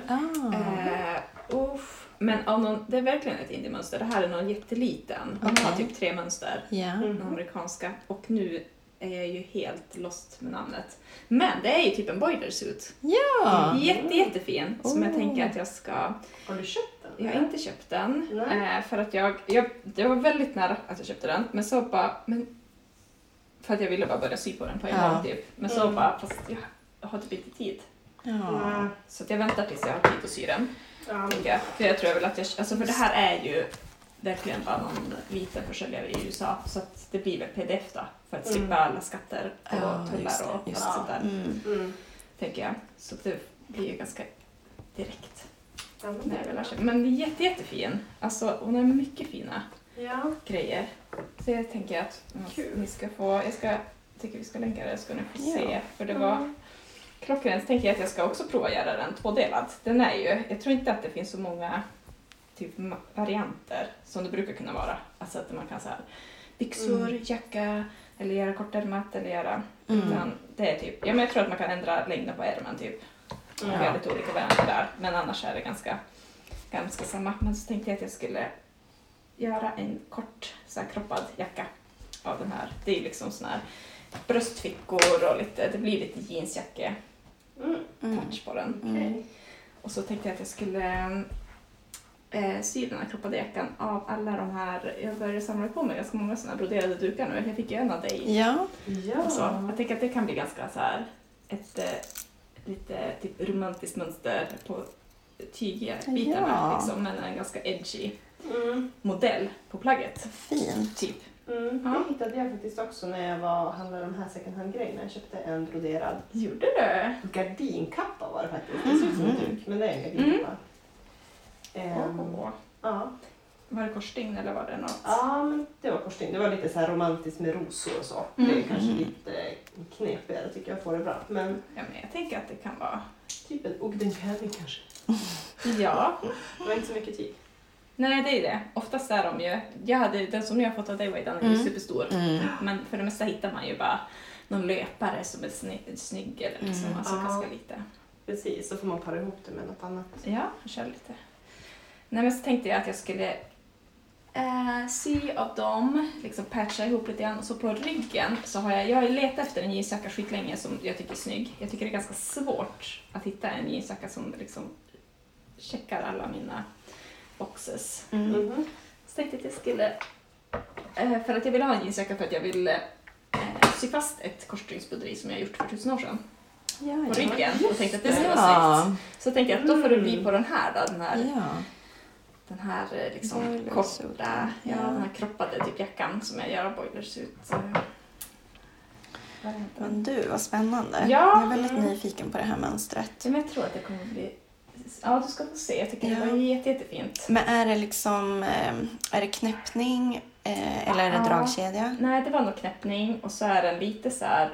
Men det är verkligen ett indie-mönster. Det här är någon jätteliten. De har typ 3 mönster. Den amerikanska. Och nu är jag ju helt lost med namnet. Men det är ju typ en boilersuit. Ja! Jättefin. Som jag tänker att jag ska... Har du köpt den? Jag har inte köpt den. För att jag var väldigt nära att jag köpte den. Men så bara... För att jag ville bara börja sy på den på en gång typ. Men så bara, fast jag har typ inte tid. Så att jag väntar tills jag har tid att sy den. För jag tror väl att för det här är ju verkligen bara någon liten försäljare i USA. Så att det blir väl pdf då. För att slippa alla skatter och tullar och allt sånt där. Tänker jag. Så det blir ju ganska direkt. Men det är jättefin. Alltså hon har mycket fina grejer. Så jag tänker att ni ska få... Jag tycker vi ska länka det så ska ni få se. För det var... Klockrens tänker jag att jag ska också prova göra den 2-delad. Den är ju... Jag tror inte att det finns så många typ varianter som det brukar kunna vara. Alltså att man kan så här byxor, jacka eller göra kortärmat eller göra. Utan det är typ, jag tror att man kan ändra längden på ärmen typ. Och göra lite olika varianter där. Men annars är det ganska samma. Men så tänkte jag att jag skulle göra en kort så här kroppad jacka av den här. Det är liksom sån här bröstfickor och lite, det blir lite jeansjacke touch på den. Okay. Och så tänkte jag att jag skulle sy den här kroppade jackan av alla de här, jag började samla på mig ganska många såna här broderade dukar nu. Jag fick ju en av dig. Ja. Alltså, jag tänker att det kan bli ganska så här ett lite typ romantiskt mönster på tygbitarna liksom, men en ganska edgy modell på plagget. Fint. Typ. Det hittade jag faktiskt också när jag var och handlade de här second hand-grejerna. Jag köpte en broderad Gjorde du? gardinkappa var det faktiskt. Det ser ut som en duk, men det är en gardinkappa. Ja. Var det korsstygn eller var det något? Ja, men det var korsstygn. Det var lite så här romantiskt med rosor och så. Det är kanske lite knepigare tycker jag, får det bra. Men Ja, men jag tänker att det kan vara... typ en ogdenklänning kanske. Ja. Det var inte så mycket tyg. Nej, det är det. Oftast är de ju... Den som jag har fått av dig, den är ju superstor. Men för det mesta hittar man ju bara någon löpare som är snygg eller liksom, alltså ganska lite. Precis, så får man para ihop det med något annat. Ja, jag kör lite. Nej, men så tänkte jag att jag skulle sy av dem, liksom patcha ihop lite grann. Och så på ryggen så har jag har letat efter en jeansjacka skitlänge som jag tycker är snygg. Jag tycker det är ganska svårt att hitta en jeansjacka som liksom checkar alla mina boxes. Så tänkte jag att jag skulle, för att jag vill ha en jeansjacka för att jag vill sy fast ett korsstygnsbroderi som jag gjort för 1000 år sedan. På ryggen. Och tänkte att det skulle vara snyggt. Så tänkte jag att då får det bli på den här då, den här liksom korta, den här kroppade typ jackan som jag gör av boilersuit. Men du, vad spännande. Ja. Jag är väldigt nyfiken på det här mönstret. Men jag tror att det kommer bli... Ja, du ska få se. Jag tycker det var jättefint. Men är det liksom, är det knäppning eller är det dragkedja? Nej, det var nog knäppning och så är den lite så här...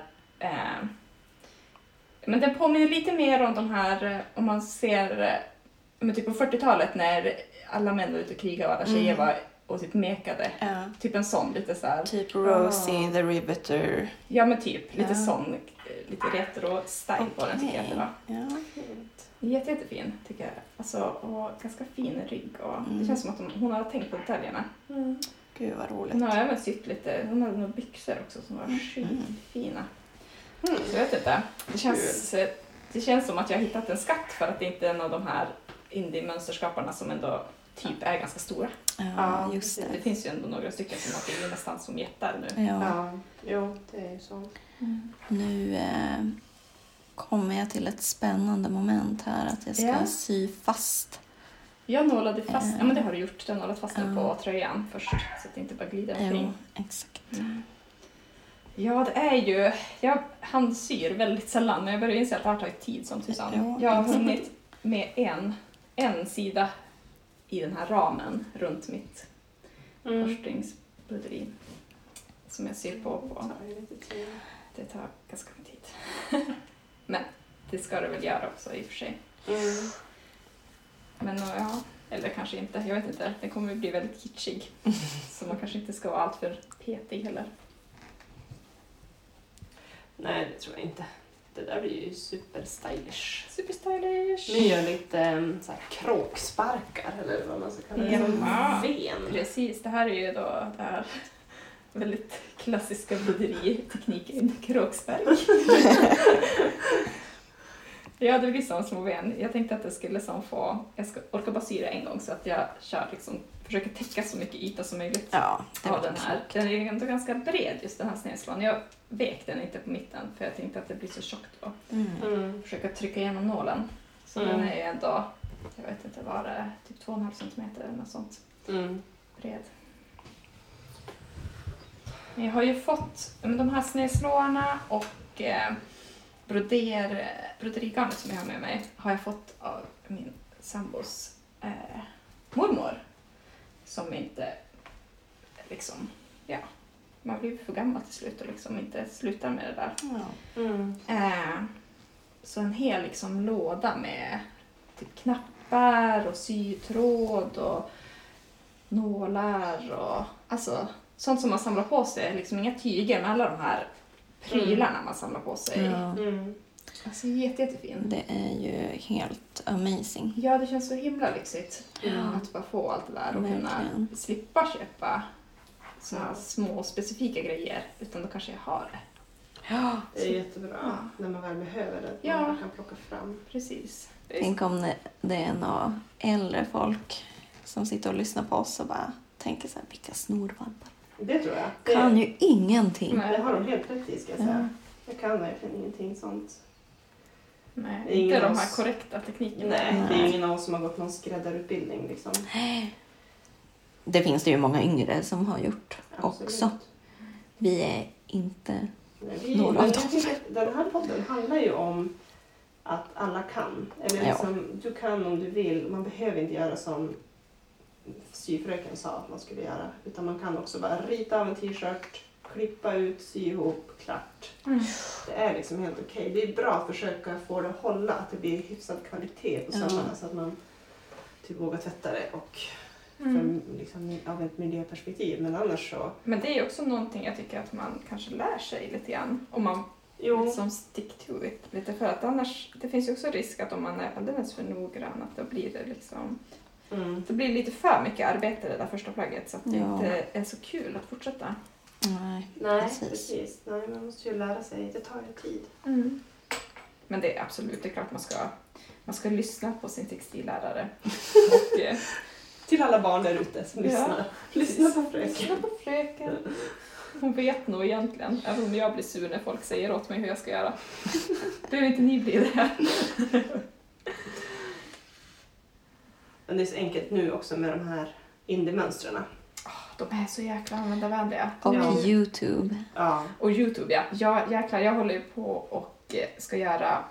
men den påminner lite mer om de här, om man ser, men typ på 40-talet när alla män var ute och krigade och alla tjejer var och typ mekade. Ja. Typ en sån, lite så här. Typ Rosie the Riveter. Ja, men typ lite sån, lite retro-style på den tycker jag att det var. Ja. Jättefin tycker jag. Alltså, och ganska fin rygg och det känns som att hon har tänkt på detaljerna. Gud vad roligt. Hon har även sytt lite, hon hade några byxor också som var skitfina. Så jag vet inte. Det känns som att jag har hittat en skatt för att det inte är en av de här indie-mönsterskaparna som ändå typ är ganska stora. Ja, just det. Det finns ju ändå några stycken som har blivit nästan som jättar nu. Ja. Jo, det är ju så. Nu kommer jag till ett spännande moment här att jag ska sy fast. Jag nålade fast, ja men det har du gjort, du har nålat fast den på tröjan först så att det inte bara glider omkring. Jo, exakt. Ja, det är ju, jag handsyr väldigt sällan men jag börjar inse att det har tagit tid som tusan. Jag har hunnit med en sida i den här ramen runt mitt korsstygnsbroderi som jag syr på. Det tar ganska mycket tid. Men det ska det väl göra också i och för sig. Men ja, eller kanske inte, jag vet inte. Den kommer bli väldigt kitschig. Så man kanske inte ska vara allt för petig heller. Nej, det tror jag inte. Det där blir ju superstylish. Superstylish! Nu gör lite så här kråksparkar eller vad man ska kalla det. Ven. Precis, det här är ju då det här väldigt klassiska broderitekniken, kråkspark. Ja, det blir som små ven. Jag tänkte att det skulle jag ska orka bara sy det en gång så att jag kör liksom, försöker täcka så mycket yta som möjligt. Ja, det var den här. Den är ju ändå ganska bred just den här snedslån. Jag vek den inte på mitten för jag tänkte att det blir så tjockt då. Försöka trycka igenom nålen. Så den är ju ändå, jag vet inte vad det är, typ 2,5 centimeter eller något sånt. Bred. Men jag har ju fått de här snedslåarna och broderigarnet som jag har med mig har jag fått av min sambos mormor som inte liksom, ja, man blir för gammal till slut och liksom inte slutar med det där. Så en hel liksom låda med typ knappar och sytråd och nålar och alltså sånt som man samlar på sig, liksom inga tyger med alla de här prylarna man samlar på sig. Ja. Alltså jättefin. Det är ju helt amazing. Ja, det känns så himla lyxigt Ja. att bara få allt det där och Verkligen. kunna slippa köpa såna små specifika grejer, utan då kanske jag har det. Ja. Det är jättebra när man väl behöver det. Ja. Man kan plocka fram. Precis. Tänk om det är några äldre folk som sitter och lyssnar på oss och bara tänker så här, vilka snorvalpar. Det tror jag. Kan ju ingenting. Nej. Det har de helt rätt i, ska jag säga. Jag kan verkligen ingenting sånt. Nej, Det är inte ingen de av här oss- korrekta teknikerna. Nej, det är ju ingen av oss som har gått någon skräddarutbildning liksom. Det finns det ju många yngre som har gjort Absolut. också. Vi är inte... Nej, Några men av jag dem. tycker att den här podden handlar ju om att alla kan. Eller Ja. liksom, du kan om du vill. Man behöver inte göra som syfröken sa att man skulle göra. Utan man kan också bara rita av en t-shirt, klippa ut, sy ihop, klart. Det är liksom helt okej. Det är bra att försöka få det att hålla, att det blir hyfsad kvalitet på sömmarna så att man typ vågar tvätta det och från liksom, av ett miljöperspektiv. Men annars så... Men det är också någonting jag tycker att man kanske lär sig lite grann. Om man liksom stick to it lite. För att annars, det finns ju också risk att om man är alldeles för noggrann att då blir det liksom... Det blir lite för mycket arbete det där första plagget så att det inte är så kul att fortsätta. Nej, Precis. precis. Nej, man måste ju lära sig. Det tar ju tid. Men det är absolut, det är klart man ska lyssna på sin textillärare. Och, Till alla barn där ute som lyssnar. Lyssna på fröken. Lyssna på fröken. Hon vet nog egentligen, även om jag blir sur när folk säger åt mig hur jag ska göra. Behöver inte ni bli det? Men det är så enkelt nu också med de här indie-mönstren. De är så jäkla användarvänliga. Och Ja. YouTube. Ja. Och YouTube, ja. Jag håller ju på och ska göra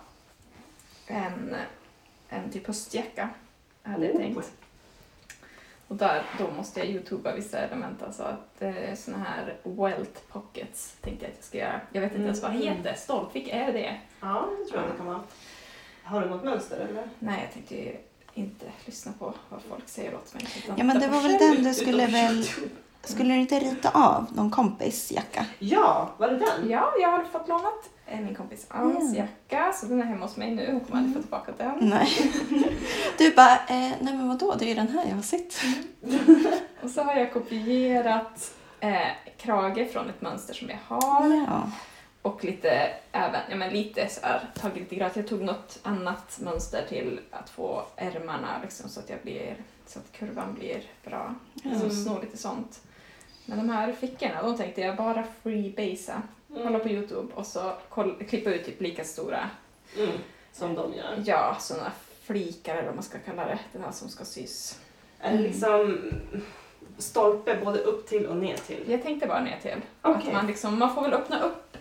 en typ höstjacka. Hade jag tänkt. Och då måste jag YouTuba vissa element. Alltså att såna här welt pockets tänkte jag att jag ska göra. Jag vet inte ens vad heter. Stolpfick, är det? Ja, det tror jag det kan vara. Har du något mönster eller? Nej, jag tänkte ju inte lyssna på vad folk säger åt mig. utan Ja, men det titta var på väl själv. den du skulle väl... Skulle du inte rita av någon kompis jacka? Ja, var det den? Ja, jag har fått lånat min kompis Anns jacka. Så den är hemma hos mig nu. Hon kommer aldrig få tillbaka den. Nej. Du bara, nej men vadå? Det är ju den här jag har sett. Och så har jag kopierat krage från ett mönster som jag har. Ja. Och lite lite så här, tagit lite grad. Jag tog något annat mönster till att få ärmarna liksom, så att kurvan blir bra. Så snå lite sånt. Men de här fickorna, de tänkte jag bara freebasea. Kolla på YouTube och så klippa ut typ lika stora. Som de gör. Ja, sådana flikar eller vad man ska kalla det. Den här som ska sys. Är det liksom stolpe både upp till och ner till? Jag tänkte bara ner till. Okej. Att man får väl öppna upp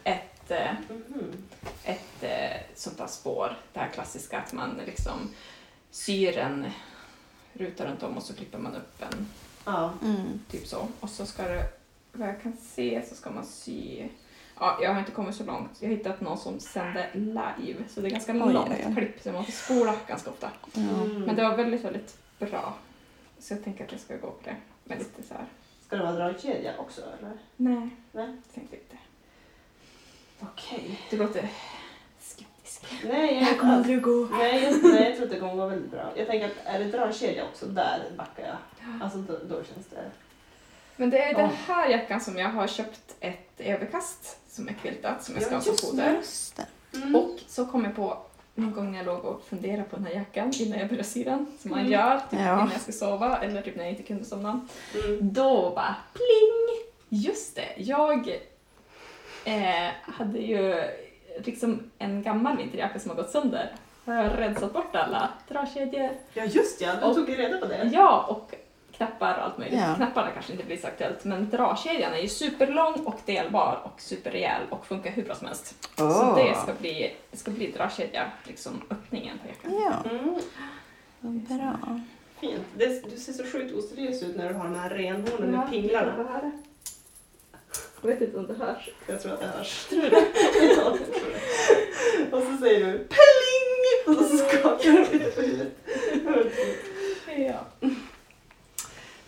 ett sånt där spår. Det här klassiska att man liksom syr en ruta runt om och så klipper man upp en Ja. typ så. Och så ska det, vad jag kan se så ska man sy. Ja, jag har inte kommit så långt. Jag har hittat någon som sänder live. Så det är ganska långt klipp så man måste spola ganska ofta. Men det var väldigt, väldigt bra. Så jag tänker att jag ska gå på det. Men lite så här. Ska det vara dragkedja också eller? Nej, Nej. tänkte inte. Okej. Du låter skeptisk. Nej, jag kommer aldrig gå. Nej, jag tror att det kommer gå väldigt bra. Jag tänker att är det dragkedja också, där backar jag. Alltså då känns det... Men det är den här jackan som jag har köpt ett överkast som är quiltat som jag ska ha som foder. Just det. Och så kom jag på någon gång när jag låg och funderade på den här jackan innan jag började sy den, som man gör typ innan jag ska sova eller typ när jag inte kunde somna. Då bara pling! Just det, jag hade ju liksom en gammal vinterjacka som har gått sönder. Har jag rensat bort alla dragkedjor. Ja just ja, du tog ju reda på det. Ja, och knappar och allt möjligt. Ja. Knapparna kanske inte blir så aktuellt, men dragkedjan är ju superlång och delbar och superrejäl och funkar hur bra som helst. Så det ska bli dragkedja, liksom öppningen på jackan. Ja, vad bra. Fint. Du ser så sjukt oseriös ut när du har de här renhålen med pinglarna. Jag vet inte om det hörs. Jag tror att det hörs. Tror du det? Ja, jag tror det. Och så säger du pelling! Och så skakar du lite på huvudet. Ja.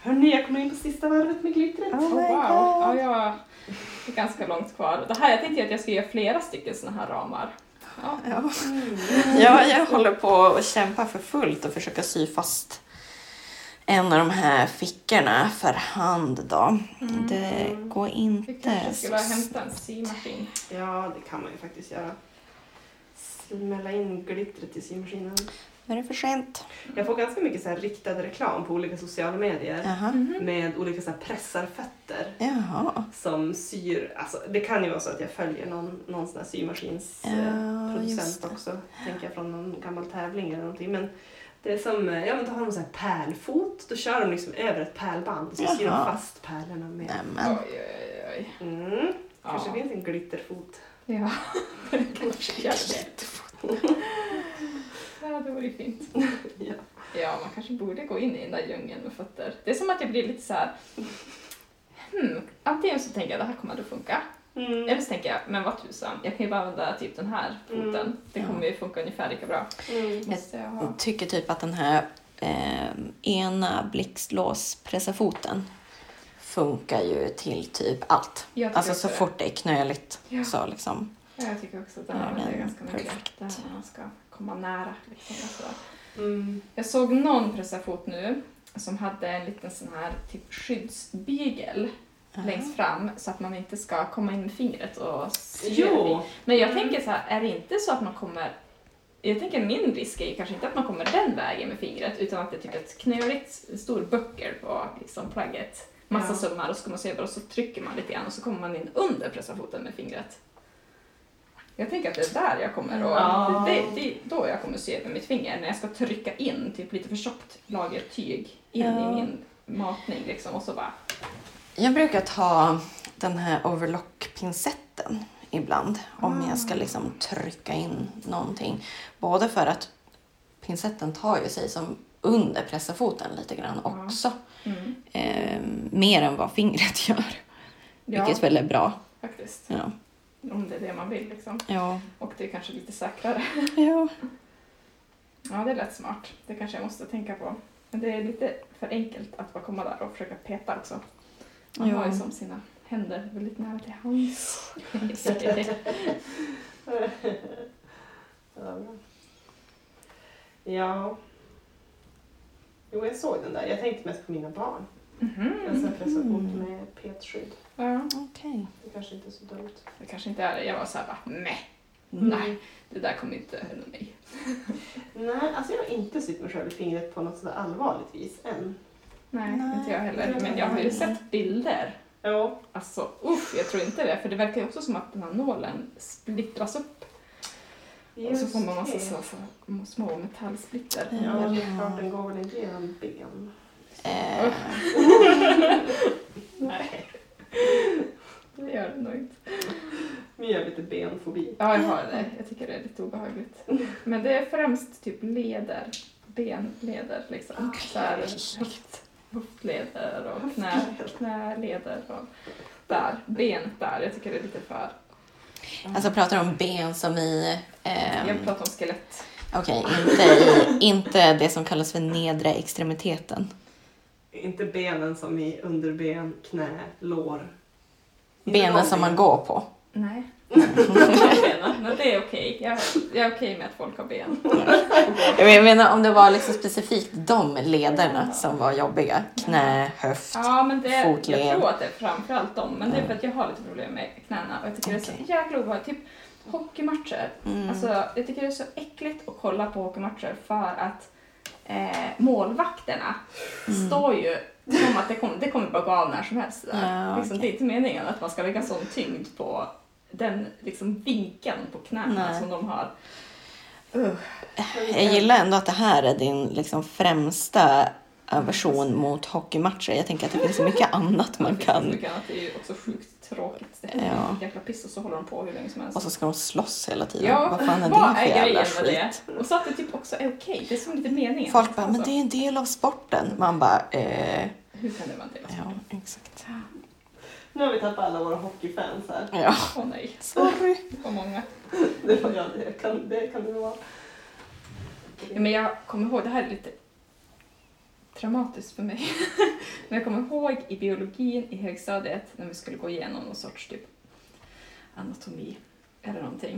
Hörni, jag kommer in på sista varvet med glittret. Oh Oh, my wow. God. Ja, det är ganska långt kvar. Det här, jag tänkte att jag ska göra flera stycken såna här ramar. Ja. Ja. Ja, jag håller på att kämpa för fullt och försöka sy fast en av de här fickorna för hand då. Det går Vi inte kanske skulle så hämta en symaskin. Ja, det kan man ju faktiskt göra. Smälla in glittret i symaskinen. är det för sent. Jag får ganska mycket så här riktad reklam på olika sociala medier. Jaha. Med olika så här pressarfötter. Jaha. Som syr, alltså det kan ju vara så att jag följer någon sån här symaskinsproducent just det. också. Tänker jag från någon gammal tävling eller någonting. Men det är som, ja men då har de så här pärlfot. Då kör de liksom över ett pärlband och så syr de Jaha. fast pärlorna med. Nämen. Oj. Kanske Ja. finns en glitterfot. Ja, det kanske gör det. Ja, det vore ju fint. Ja. Ja, man kanske borde gå in i den där djungeln med fötter. Det är som att jag blir lite så här. Antingen så tänker jag att det här kommer att funka. Eller så tänker jag, men vad tusan, jag kan ju bara använda typ den här foten. Det kommer ju funka ungefär lika bra. Måste jag ha. Jag tycker typ att den här ena blixtlåspressarfoten funkar ju till typ allt. Jag tycker Alltså så också fort det är knöligt Ja. så liksom. Ja, jag tycker också att det Ja, här är men ganska mycket. perfekt. Där man ska komma nära. Liksom, och så. Mm. Jag såg någon pressarfot nu som hade en liten sån här typ skyddsbygel längst fram så att man inte ska komma in med fingret och styra i. Jo! Men jag tänker så här, är det inte så att man kommer... Jag tänker min risk är ju kanske inte att man kommer den vägen med fingret utan att det är typ ett knöligt stor böcker på liksom plagget. Massa sömmar och så ska man se över och så trycker man lite grann och så kommer man in under pressarfoten med fingret. Jag tänker att det är där jag kommer och det är då jag kommer se med mitt finger när jag ska trycka in typ lite för tjockt lager tyg in i min matning liksom och så bara... Jag brukar ta den här overlock-pincetten ibland om jag ska liksom trycka in någonting. Både för att pincetten tar ju sig som under pressarfoten lite grann också. Mer än vad fingret gör. Vilket väl är bra. Faktiskt. Ja. Om det är det man vill liksom. Ja. Och det är kanske lite säkrare. Ja. Ja, det är lätt smart. Det kanske jag måste tänka på. Men det är lite för enkelt att bara komma där och försöka peta också. Man har ju som sina händer väldigt nära till hands. Ja. Jo, jag såg den där. Jag tänkte mest på mina barn. En sån här pressarfot med petskydd. Ja, Okej. Det kanske inte är så dumt. det kanske inte är det. Jag var så här bara, nej, det där kommer inte hända mig. Nej, alltså jag har inte sytt mig själv i fingret på något sådär allvarligt vis än. Nej, inte jag heller. Men jag har ju sett bilder. Ja. Alltså, jag tror inte det. För det verkar ju också som att den här nålen splittras upp. Och så får man massa så små metallsplitter. Ja, det är klart, den går väl inte genom ben. Nej, det gör det nog inte. Men jag har lite benfobi. Ja, jag har det. Jag tycker det är lite obehagligt. Men det är främst typ leder. Benleder liksom. Så här, höftleder och knäleder och där. Ben där. Jag tycker det är lite för... Alltså pratar om ben som i... Jag pratar om skelett. Okej, inte det som kallas för nedre extremiteten. Inte benen som i underben, knä, lår. Benen som man går på. Nej. Men det är okej. Jag är okej med att folk har ben. Jag menar om det var liksom specifikt de lederna som var jobbiga. Knä, höft, Ja, men fotled. jag tror att det är framförallt dem. Men det är för att jag har lite problem med knäna. Och jag tycker det är så jäkla obehagligt. Typ hockeymatcher. Alltså, jag tycker det är så äckligt att kolla på hockeymatcher för att målvakterna står ju som att det kommer bara gå av när som helst. Där. Liksom, det är inte meningen att man ska lägga sån tyngd på den liksom vinkeln på knäna som de har. Jag gillar ändå att det här är din liksom främsta aversion mot hockeymatcher. Jag tänker att det finns så mycket annat man kan... Det är ju också sjukt tråkigt. Det är jäkla piss och så håller de på hur länge som helst. Och så ska de slåss hela tiden. Ja, vad fan är vad det för är jävla grejen med skit? det? Och så att det typ också är okej. Det är som lite meningen. Folk bara, men det är en del av sporten. Man bara, Hur kan det vara en del av sporten? Ja, exakt. Nu har vi tappat alla våra hockeyfans här. Ja. Åh nej. Sorry. Vad många. Det kan det vara. Ja, men jag kommer ihåg, det här är lite traumatiskt för mig. Men jag kommer ihåg i biologin i högstadiet när vi skulle gå igenom någon sorts typ anatomi eller någonting.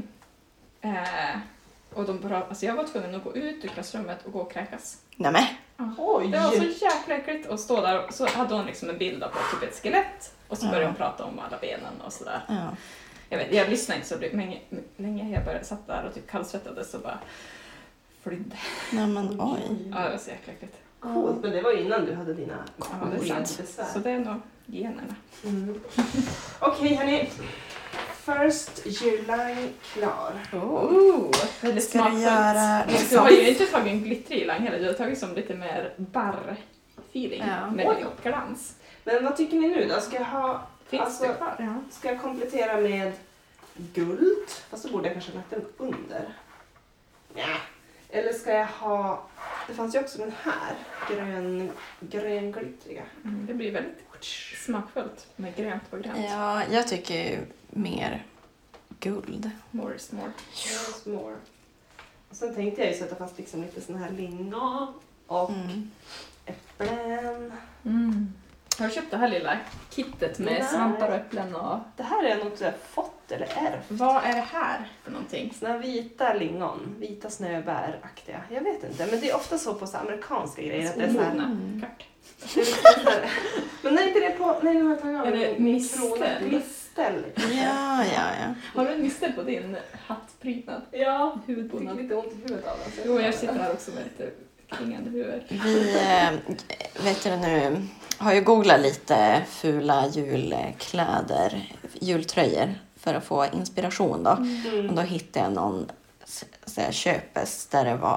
Och alltså jag var tvungen att gå ut ur klassrummet och gå och kräkas. Nämen. Oj! Det var så jäkla äckligt att stå där och så hade hon liksom en bild på typ ett skelett och så började hon prata om alla benen och sådär. Ja. Jag lyssnade inte så länge jag satt där och typ kallsvettades och bara flydde. Nämen, oj. Ja, det var så jäkla äckligt. Coolt, men det var innan du hade dina Ja, det är sant. besvär. Så det är nog generna. Okej, hörni. First July klar. Väldigt Ska du smakfullt. göra Du liksom... har ju inte tagit en glittrig lang heller, du har tagit som lite mer barr-feeling med Oj. lite glans. Men vad tycker ni nu då? Ska jag ha... Finns det kvar? Ja. Ska jag komplettera med guld? Fast då borde jag kanske ha lagt den under. Ja. Eller ska jag ha... Det fanns ju också den här. Grönglittriga. Det blir väldigt smakfullt med grönt på grönt. Ja, jag tycker ju mer guld. More is more. Yes, more. Och sen tänkte jag ju sätta fast liksom lite sån här lingon och äpplen. Har du köpt det här lilla kittet med Nej. svampar och äpplen och... Det här är något jag fått eller ärvt. Vad är det här för någonting? Såna här vita lingon, vita snöbäraktiga. Jag vet inte, men det är ofta så på så amerikanska grejer att det är så här. Klart. Det är lite så här. Men nej, inte det på... Nej, nu har jag tagit av Är det mistel? Mistel. Ja. Har du en mistel på din hattprydnad? Ja, fick Huvudbonad. lite ont i huvudet av den. så Jo, jag sitter här också med lite klingande huvud. Vi vet du nu, har ju googlat lite fula julkläder, jultröjor för att få inspiration då. Och då hittade jag någon så här, köpes där det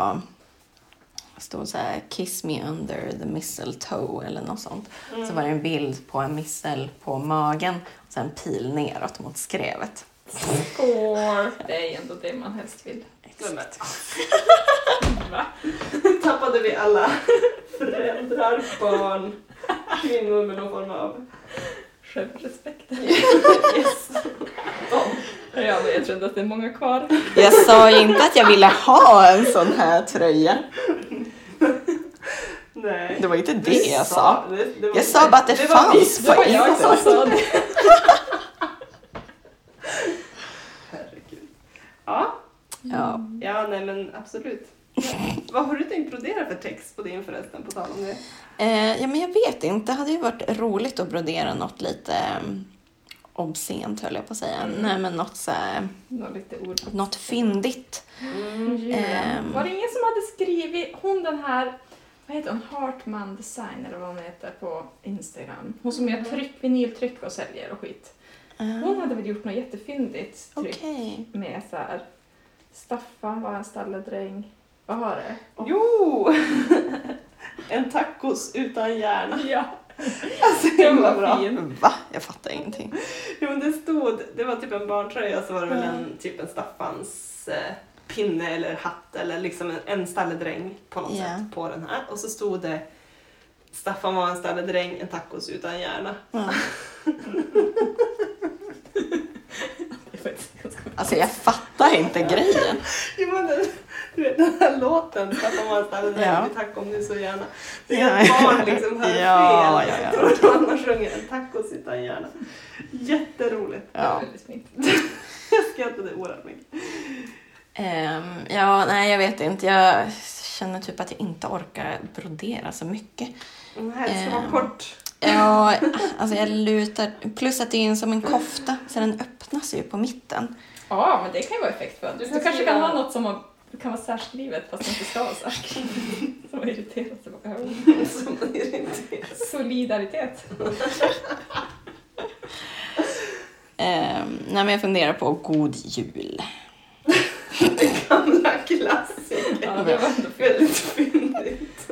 stod så här kiss me under the mistletoe eller något sånt. Så var det en bild på en mistel på magen och sen pil neråt mot skrevet. Skål! Det är ändå det man helst vill. Va? Tappade vi alla föräldrar, barn, kvinnor med någon form av... Självrespekt. Yes. Ja, men jag tror inte att det är många kvar. Jag sa ju inte att jag ville ha en sån här tröja. Nej. Det var inte det jag sa. Det var, Jag sa bara att det fanns Det var på jag som sa det. Herregud. Ja. Ja. Ja, nej men absolut. Vad har du tänkt brodera för text på din förresten, på tal om det? Ja, men jag vet inte. Det hade ju varit roligt att brodera något lite obscent, höll jag på att säga. Nej, men något så här, något fyndigt. Var det ingen som hade skrivit, hon den här, vad heter hon, Hartman Design eller vad hon heter på Instagram. Hon som gör vinyltryck och säljer och skit. Hon hade väl gjort något jättefyndigt tryck med så här, Staffan var en stalledräng. Vad har det? Jo! En tacos utan hjärna. Ja. Alltså det var bra. Va? Jag fattar ingenting. Jo, men det var typ en barntröja, så var det väl en Staffans pinne eller hatt eller liksom en stalledräng på något sätt på den här. Och så stod det Staffan var en stalledräng, en tacos utan hjärna. Ja. Alltså jag fattar inte grejen. Jo, men du vet den här låten Staffan var en stalledräng, vi tackar om nu så gärna. Det är ett barn liksom hör fel. Jag tror att man sjunger en tacos utan hjärna. Jätteroligt. Ja. Jag skrattade oerhört mycket. Nej, jag vet inte. Jag känner typ att jag inte orkar brodera så mycket. Nej, det ska vara kort. Ja, alltså jag lutar. Plus att det är som en kofta, så den öppnas ju på mitten. Ja, men det kan ju vara effektfullt. Du kanske kan ha något som kan vara särskrivet fast det inte ska vara särskrivet. Som var irriterat. Solidaritet. Nej, men jag funderar på God jul. Den gamla klassiker. Ja, det var ändå väldigt fyndigt.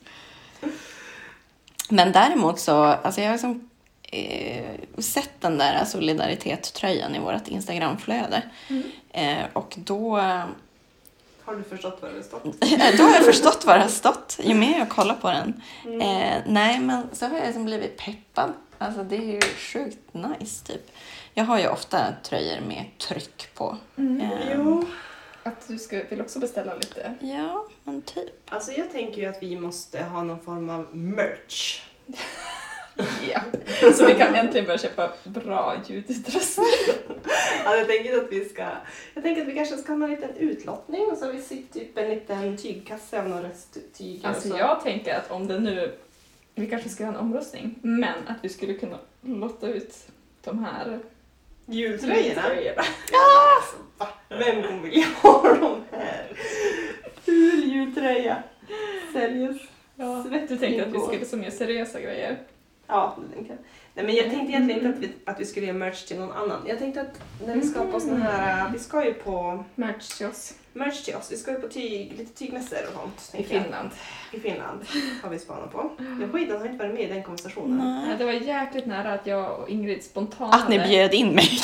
Men däremot så, alltså jag har liksom, sett den där solidaritetströjan i vårt Instagramflöde. Och då... Har du förstått vad det har stått? Då har jag förstått vad det har stått. Ju mer jag kollar på den. Nej, men så har jag liksom blivit peppad. Alltså det är ju sjukt nice typ. Jag har ju ofta tröjor med tryck på. Jo. Att att du vill också beställa lite. Ja, men typ. Alltså jag tänker ju att vi måste ha någon form av merch. Ja, så vi kan äntligen börja köpa bra ljudutrustning. Alltså jag tänker att vi kanske ska ha en liten utlottning och så har vi sitt typ en liten tygkasse av några resttyger. Alltså och så. jag tänker att om det nu, vi kanske ska ha en omröstning, men att vi skulle kunna lotta ut de här Jultröjorna. Ja! Alltså, va? Vem kommer vilja ha de här? Ful jultröja. Säljs. Ja, du tänkte att vi skulle som mer seriösa grejer. Ja, det tänkte jag. Nej, men jag tänkte egentligen inte att vi skulle göra merch till någon annan. Jag tänkte att när vi ska på såna här, vi ska ju på Merch till oss. Vi ska ju på lite tygmässor och sånt. I tänker jag. Finland. I Finland har vi spanat på. Jag skiten har inte varit med i den konversationen. Ja, Nej. det var jäkligt nära att jag och Ingrid spontant Att ni bjöd in mig.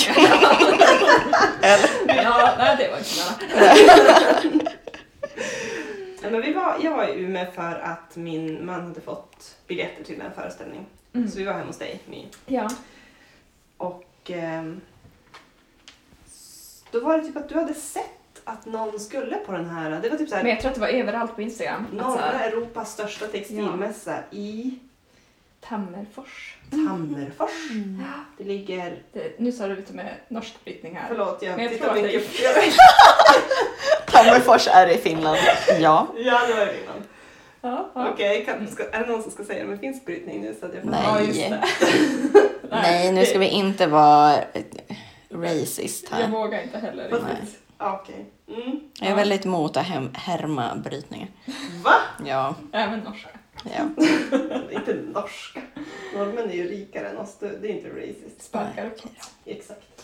Ja, nej, det var inte nära. Ja, men jag var i Umeå för att min man hade fått biljetter till en föreställning. Mm. Så vi var hemma hos dig, My. Ja. Och då var det typ att du hade sett att någon skulle på den här. Det var typ så här. Men jag tror att det var överallt på Instagram. Norra Europas största textilmässa i Tammerfors. Tammerfors. Mm. Det ligger... Nu sa du lite med norsk brytning här. Förlåt, jag Men jag tittar tror att det mycket är- på Tammerfors är i Finland. Ja. Ja, det var det innan. Ja, ja. Okej, är det någon som ska säga det med finsk brytning nu? Så att jag får... Nej. Ja, just det. Nej, nu ska vi inte vara racist Jag här. vågar inte heller Nej. riktigt. Ja, okej. Mm. Jag är väldigt emot att härma brytningen. Va? Ja, Även norska. ja. Inte norska. Norrmän är ju rikare än oss. Det är inte racist. Sparkar Nej, uppåt. Exakt.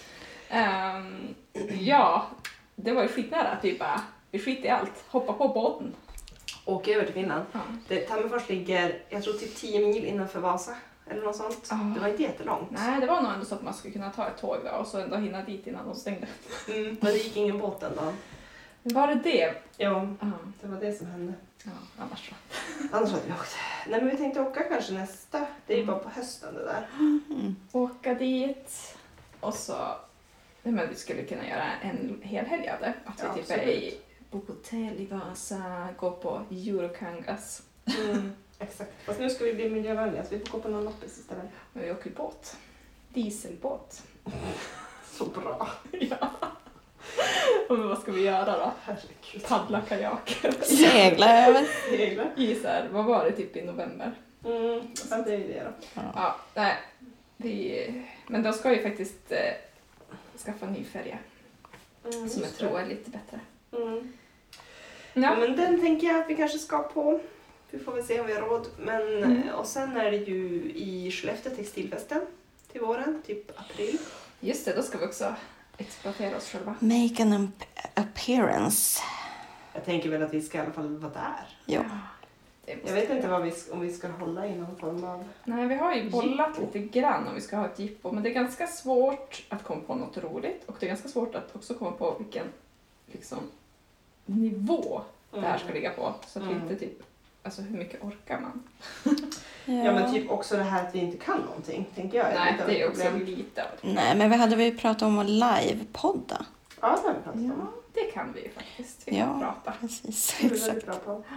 Ja, det var ju skitnära att vi skiter i allt. Hoppa på båten. Åka över till Finland. Ja. Tammerfors ligger, jag tror typ 10 mil innanför Vasa. Eller något sånt. Ah. Det var inte jättelångt. Nej, det var nog ändå så att man skulle kunna ta ett tåg då och så ändå hinna dit innan de stängde. Men det gick ingen båt den dagen. Var det det? Ja, Ja, det var det som hände. annars så. Annars hade vi åkt. Nej, men vi tänkte åka kanske nästa. Det är ju bara på hösten det där. Mm. Åka dit och så... Nej, men vi skulle kunna göra en hel helg av det. Att vi Ja, typ är absolut. på hotell i Vasa, gå på Eurokangas. Exakt. Fast nu ska vi bli miljövänliga så vi får gå på någon loppis istället. Men vi åker båt. Dieselbåt. Så bra. Ja. Och men vad ska vi göra då? Herregud. Paddla kajak. Segla över. Regler. I så här, vad var det typ i november? Ja, det är ju det då. Ja, nej. Men de ska ju faktiskt skaffa en ny färja. Som jag tror är lite bättre. Ja, Ja. men den tänker jag att vi kanske ska på. Vi får väl se om vi har råd. Men, och sen är det ju i Skellefteå textilfesten till våren, typ april. Just det, då ska vi också exploatera oss själva. Make an appearance. Jag tänker väl att vi ska i alla fall vara där. Ja. Det måste Jag vet vi inte göra. om vi ska hålla i någon form av... Nej, vi har ju bollat Jippo. lite grann om vi ska ha ett jippo. Men det är ganska svårt att komma på något roligt. Och det är ganska svårt att också komma på vilken liksom, nivå det här ska ligga på. Så att vi inte typ... Alltså hur mycket orkar man? Ja, men typ också det här att vi inte kan någonting, tänker jag. Nej, lite av det är ett också problem. lite av ett Nej, men vi hade väl pratat om att livepodda. Ja, det har vi pratat om. Ja, det kan vi ju faktiskt. Vi kan Ja. prata. Precis, Det är vi väldigt exakt. bra på.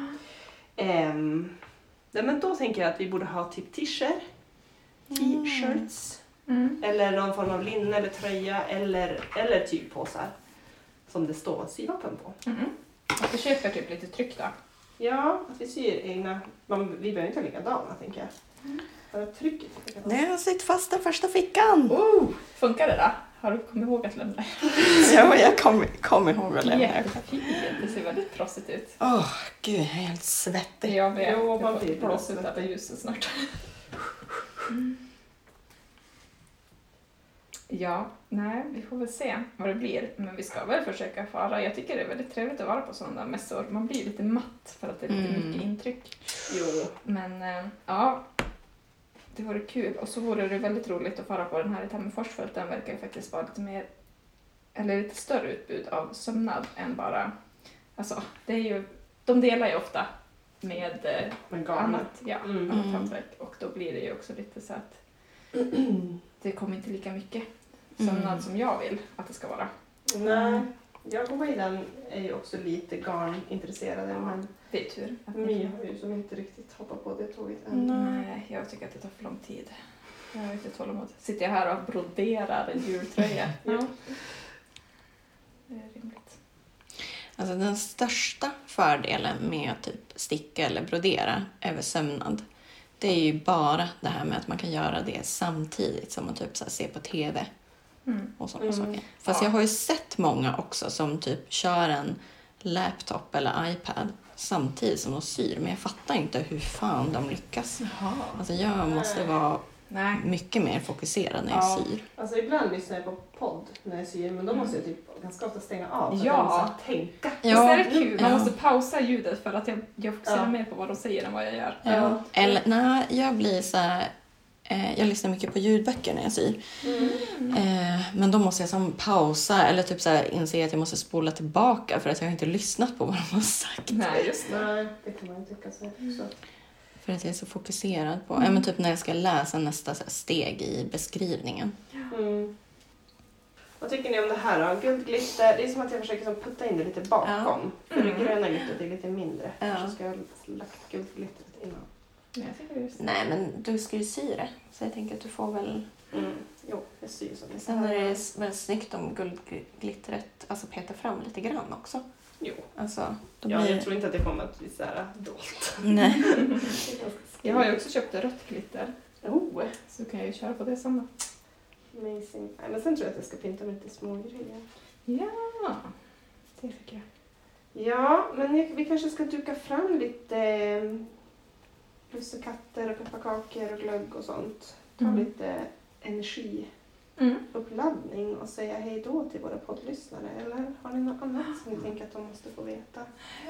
Nej, men då tänker jag att vi borde ha typ t-shirts. Mm. Eller någon form av linne eller tröja eller tygpåsar. Som det står syvapen på. Mm. Att vi köper typ lite tryck då. Ja, att vi syr egna. Vi behöver inte ha likadana, tänker jag. Bara trycket är likadant. Det har sitt fast den första fickan. Funkar det då? Har du kommit ihåg att lämna? Ja, jag kom ihåg att lämna. Jättefint. Det ser väldigt prossigt ut. Gud, jag är helt svettig. Jag vet. Jo, Jag man får blir blåsa ut svettig. alla ljuset snart. Ja, nej, vi får väl se vad det blir. Men vi ska väl försöka fara. Jag tycker det är väldigt trevligt att vara på sådana där mässor. Man blir lite matt för att det är lite mycket intryck. Jo. Men ja, det vore kul. Och så vore det väldigt roligt att fara på den här i Tammerfors för att den verkar ju faktiskt vara lite mer, eller lite större utbud av sömnad än bara, alltså det är ju, de delar ju ofta med Men garnet. annat, ja, Mm. annat hantverk. Och då blir det ju också lite så att det kommer inte lika mycket sömnad som jag vill att det ska vara. Nej. Jag och Wayden är ju också lite garnintresserade, men Det är tur. My har ju som inte riktigt hoppat på det tåget än. Nej, jag tycker att det tar för lång tid. Jag har inte tålamod. Sitter jag här och broderar en jultröja? Ja. Det är rimligt. Alltså den största fördelen med att typ sticka eller brodera över sömnad, det är ju bara det här med att man kan göra det samtidigt som man typ så här ser på TV och sådana saker. Fast jag har ju sett många också som typ kör en laptop eller iPad samtidigt som de syr, men jag fattar inte hur fan de lyckas. Jaha. Alltså jag måste vara mycket mer fokuserad när jag syr. Alltså ibland lyssnar jag på podd när jag syr, men då måste jag typ ganska ofta stänga av för att Ja. jag måste tänka. Ja. Det är kul. Man Ja. måste pausa ljudet för att jag fokuserar mer på vad de säger än vad jag gör. Ja. Eller nej, jag blir så här, jag lyssnar mycket på ljudböcker när jag syr. Men då måste jag som pausa eller typ så här inse att jag måste spola tillbaka för att jag inte lyssnat på vad de har sagt. Nej, just det. Nej, det kan man inte tycka så. För att jag är så fokuserad på, men typ när jag ska läsa nästa så här steg i beskrivningen. Vad tycker ni om det här då? Guldglitter, det är som att jag försöker som putta in det lite bakom. För det gröna glittret är lite mindre. Kanske ska jag ha lagt guldglittret innan. Nej, jag tycker det är just det. Nej, men du ska ju sy det. Så jag tänker att du får väl... Jo, jag syr som det. Sen är det väldigt snyggt om guldglittret alltså petar fram lite grann också. Jo. Alltså, då Ja, blir... jag tror inte att det kommer att bli så här dolt. Nej. Jag har ju också köpt rött glitter. Oh, Så kan jag ju köra på det samma. amazing. Nej, men sen tror jag att jag ska pynta med lite små grejer. Ja, det tycker jag. Ja, men vi kanske ska duka fram lite lussekatter och pepparkakor och glögg och sånt. Ta lite energiuppladdning och säga hej då till våra poddlyssnare. Eller har ni något annat som ni tänker att de måste få veta?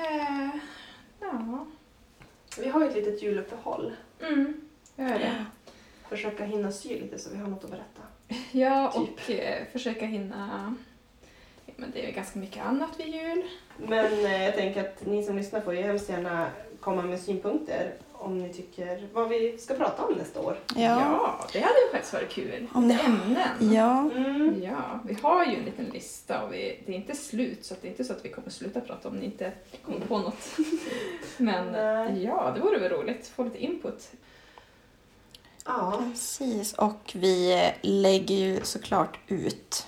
Ja. Vi har ju ett litet juluppehåll. Jag gör det. Försöka hinna sy lite så vi har något att berätta. Ja, och försöka hinna... Ja, men det är ganska mycket annat vid jul. Men jag tänker att ni som lyssnar får ju hemskt gärna komma med synpunkter om ni tycker vad vi ska prata om nästa år. Ja, det hade ju faktiskt varit kul. Om Lite ämnen. Ja. Ja, vi har ju en liten lista och det är inte slut, så att det är inte så att vi kommer sluta prata om ni inte kommer på något. Men ja, det vore väl roligt. Få lite input. Ja. Precis, och vi lägger ju såklart ut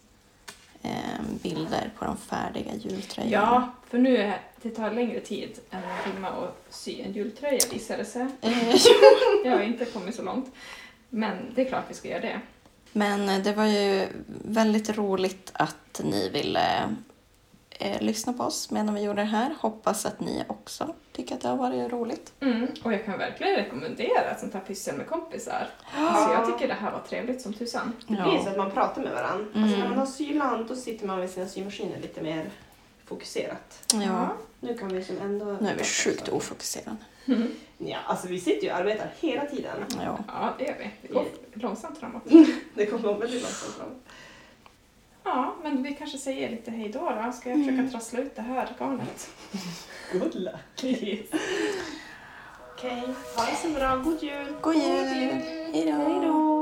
bilder på de färdiga jultröjorna. Ja, för nu det tar längre tid än en timme att sy en jultröja, visar det sig. Jag har inte kommit så långt. Men det är klart vi ska göra det. Men det var ju väldigt roligt att ni ville lyssna på oss medan vi gjorde det här. Hoppas att ni också tycker att det har varit roligt. Och jag kan verkligen rekommendera ett sånt här pyssel med kompisar. Alltså jag tycker det här var trevligt som tusan. Det blir så att man pratar med varandra. Alltså när man har syland då sitter man med sina symaskiner lite mer fokuserat. Ja. Nu kan vi som ändå... Nu är vi sjukt ofokuserade. Ja, alltså vi sitter ju och arbetar hela tiden. Ja, det gör vi. Det går långsamt framåt. Det kommer väldigt långsamt framåt. Ja, men vi kanske säger lite hej då. Ska jag försöka trassla ut det här garnet? Good luck. Yes. Okej, ha det så bra. God jul. God jul. Hej då.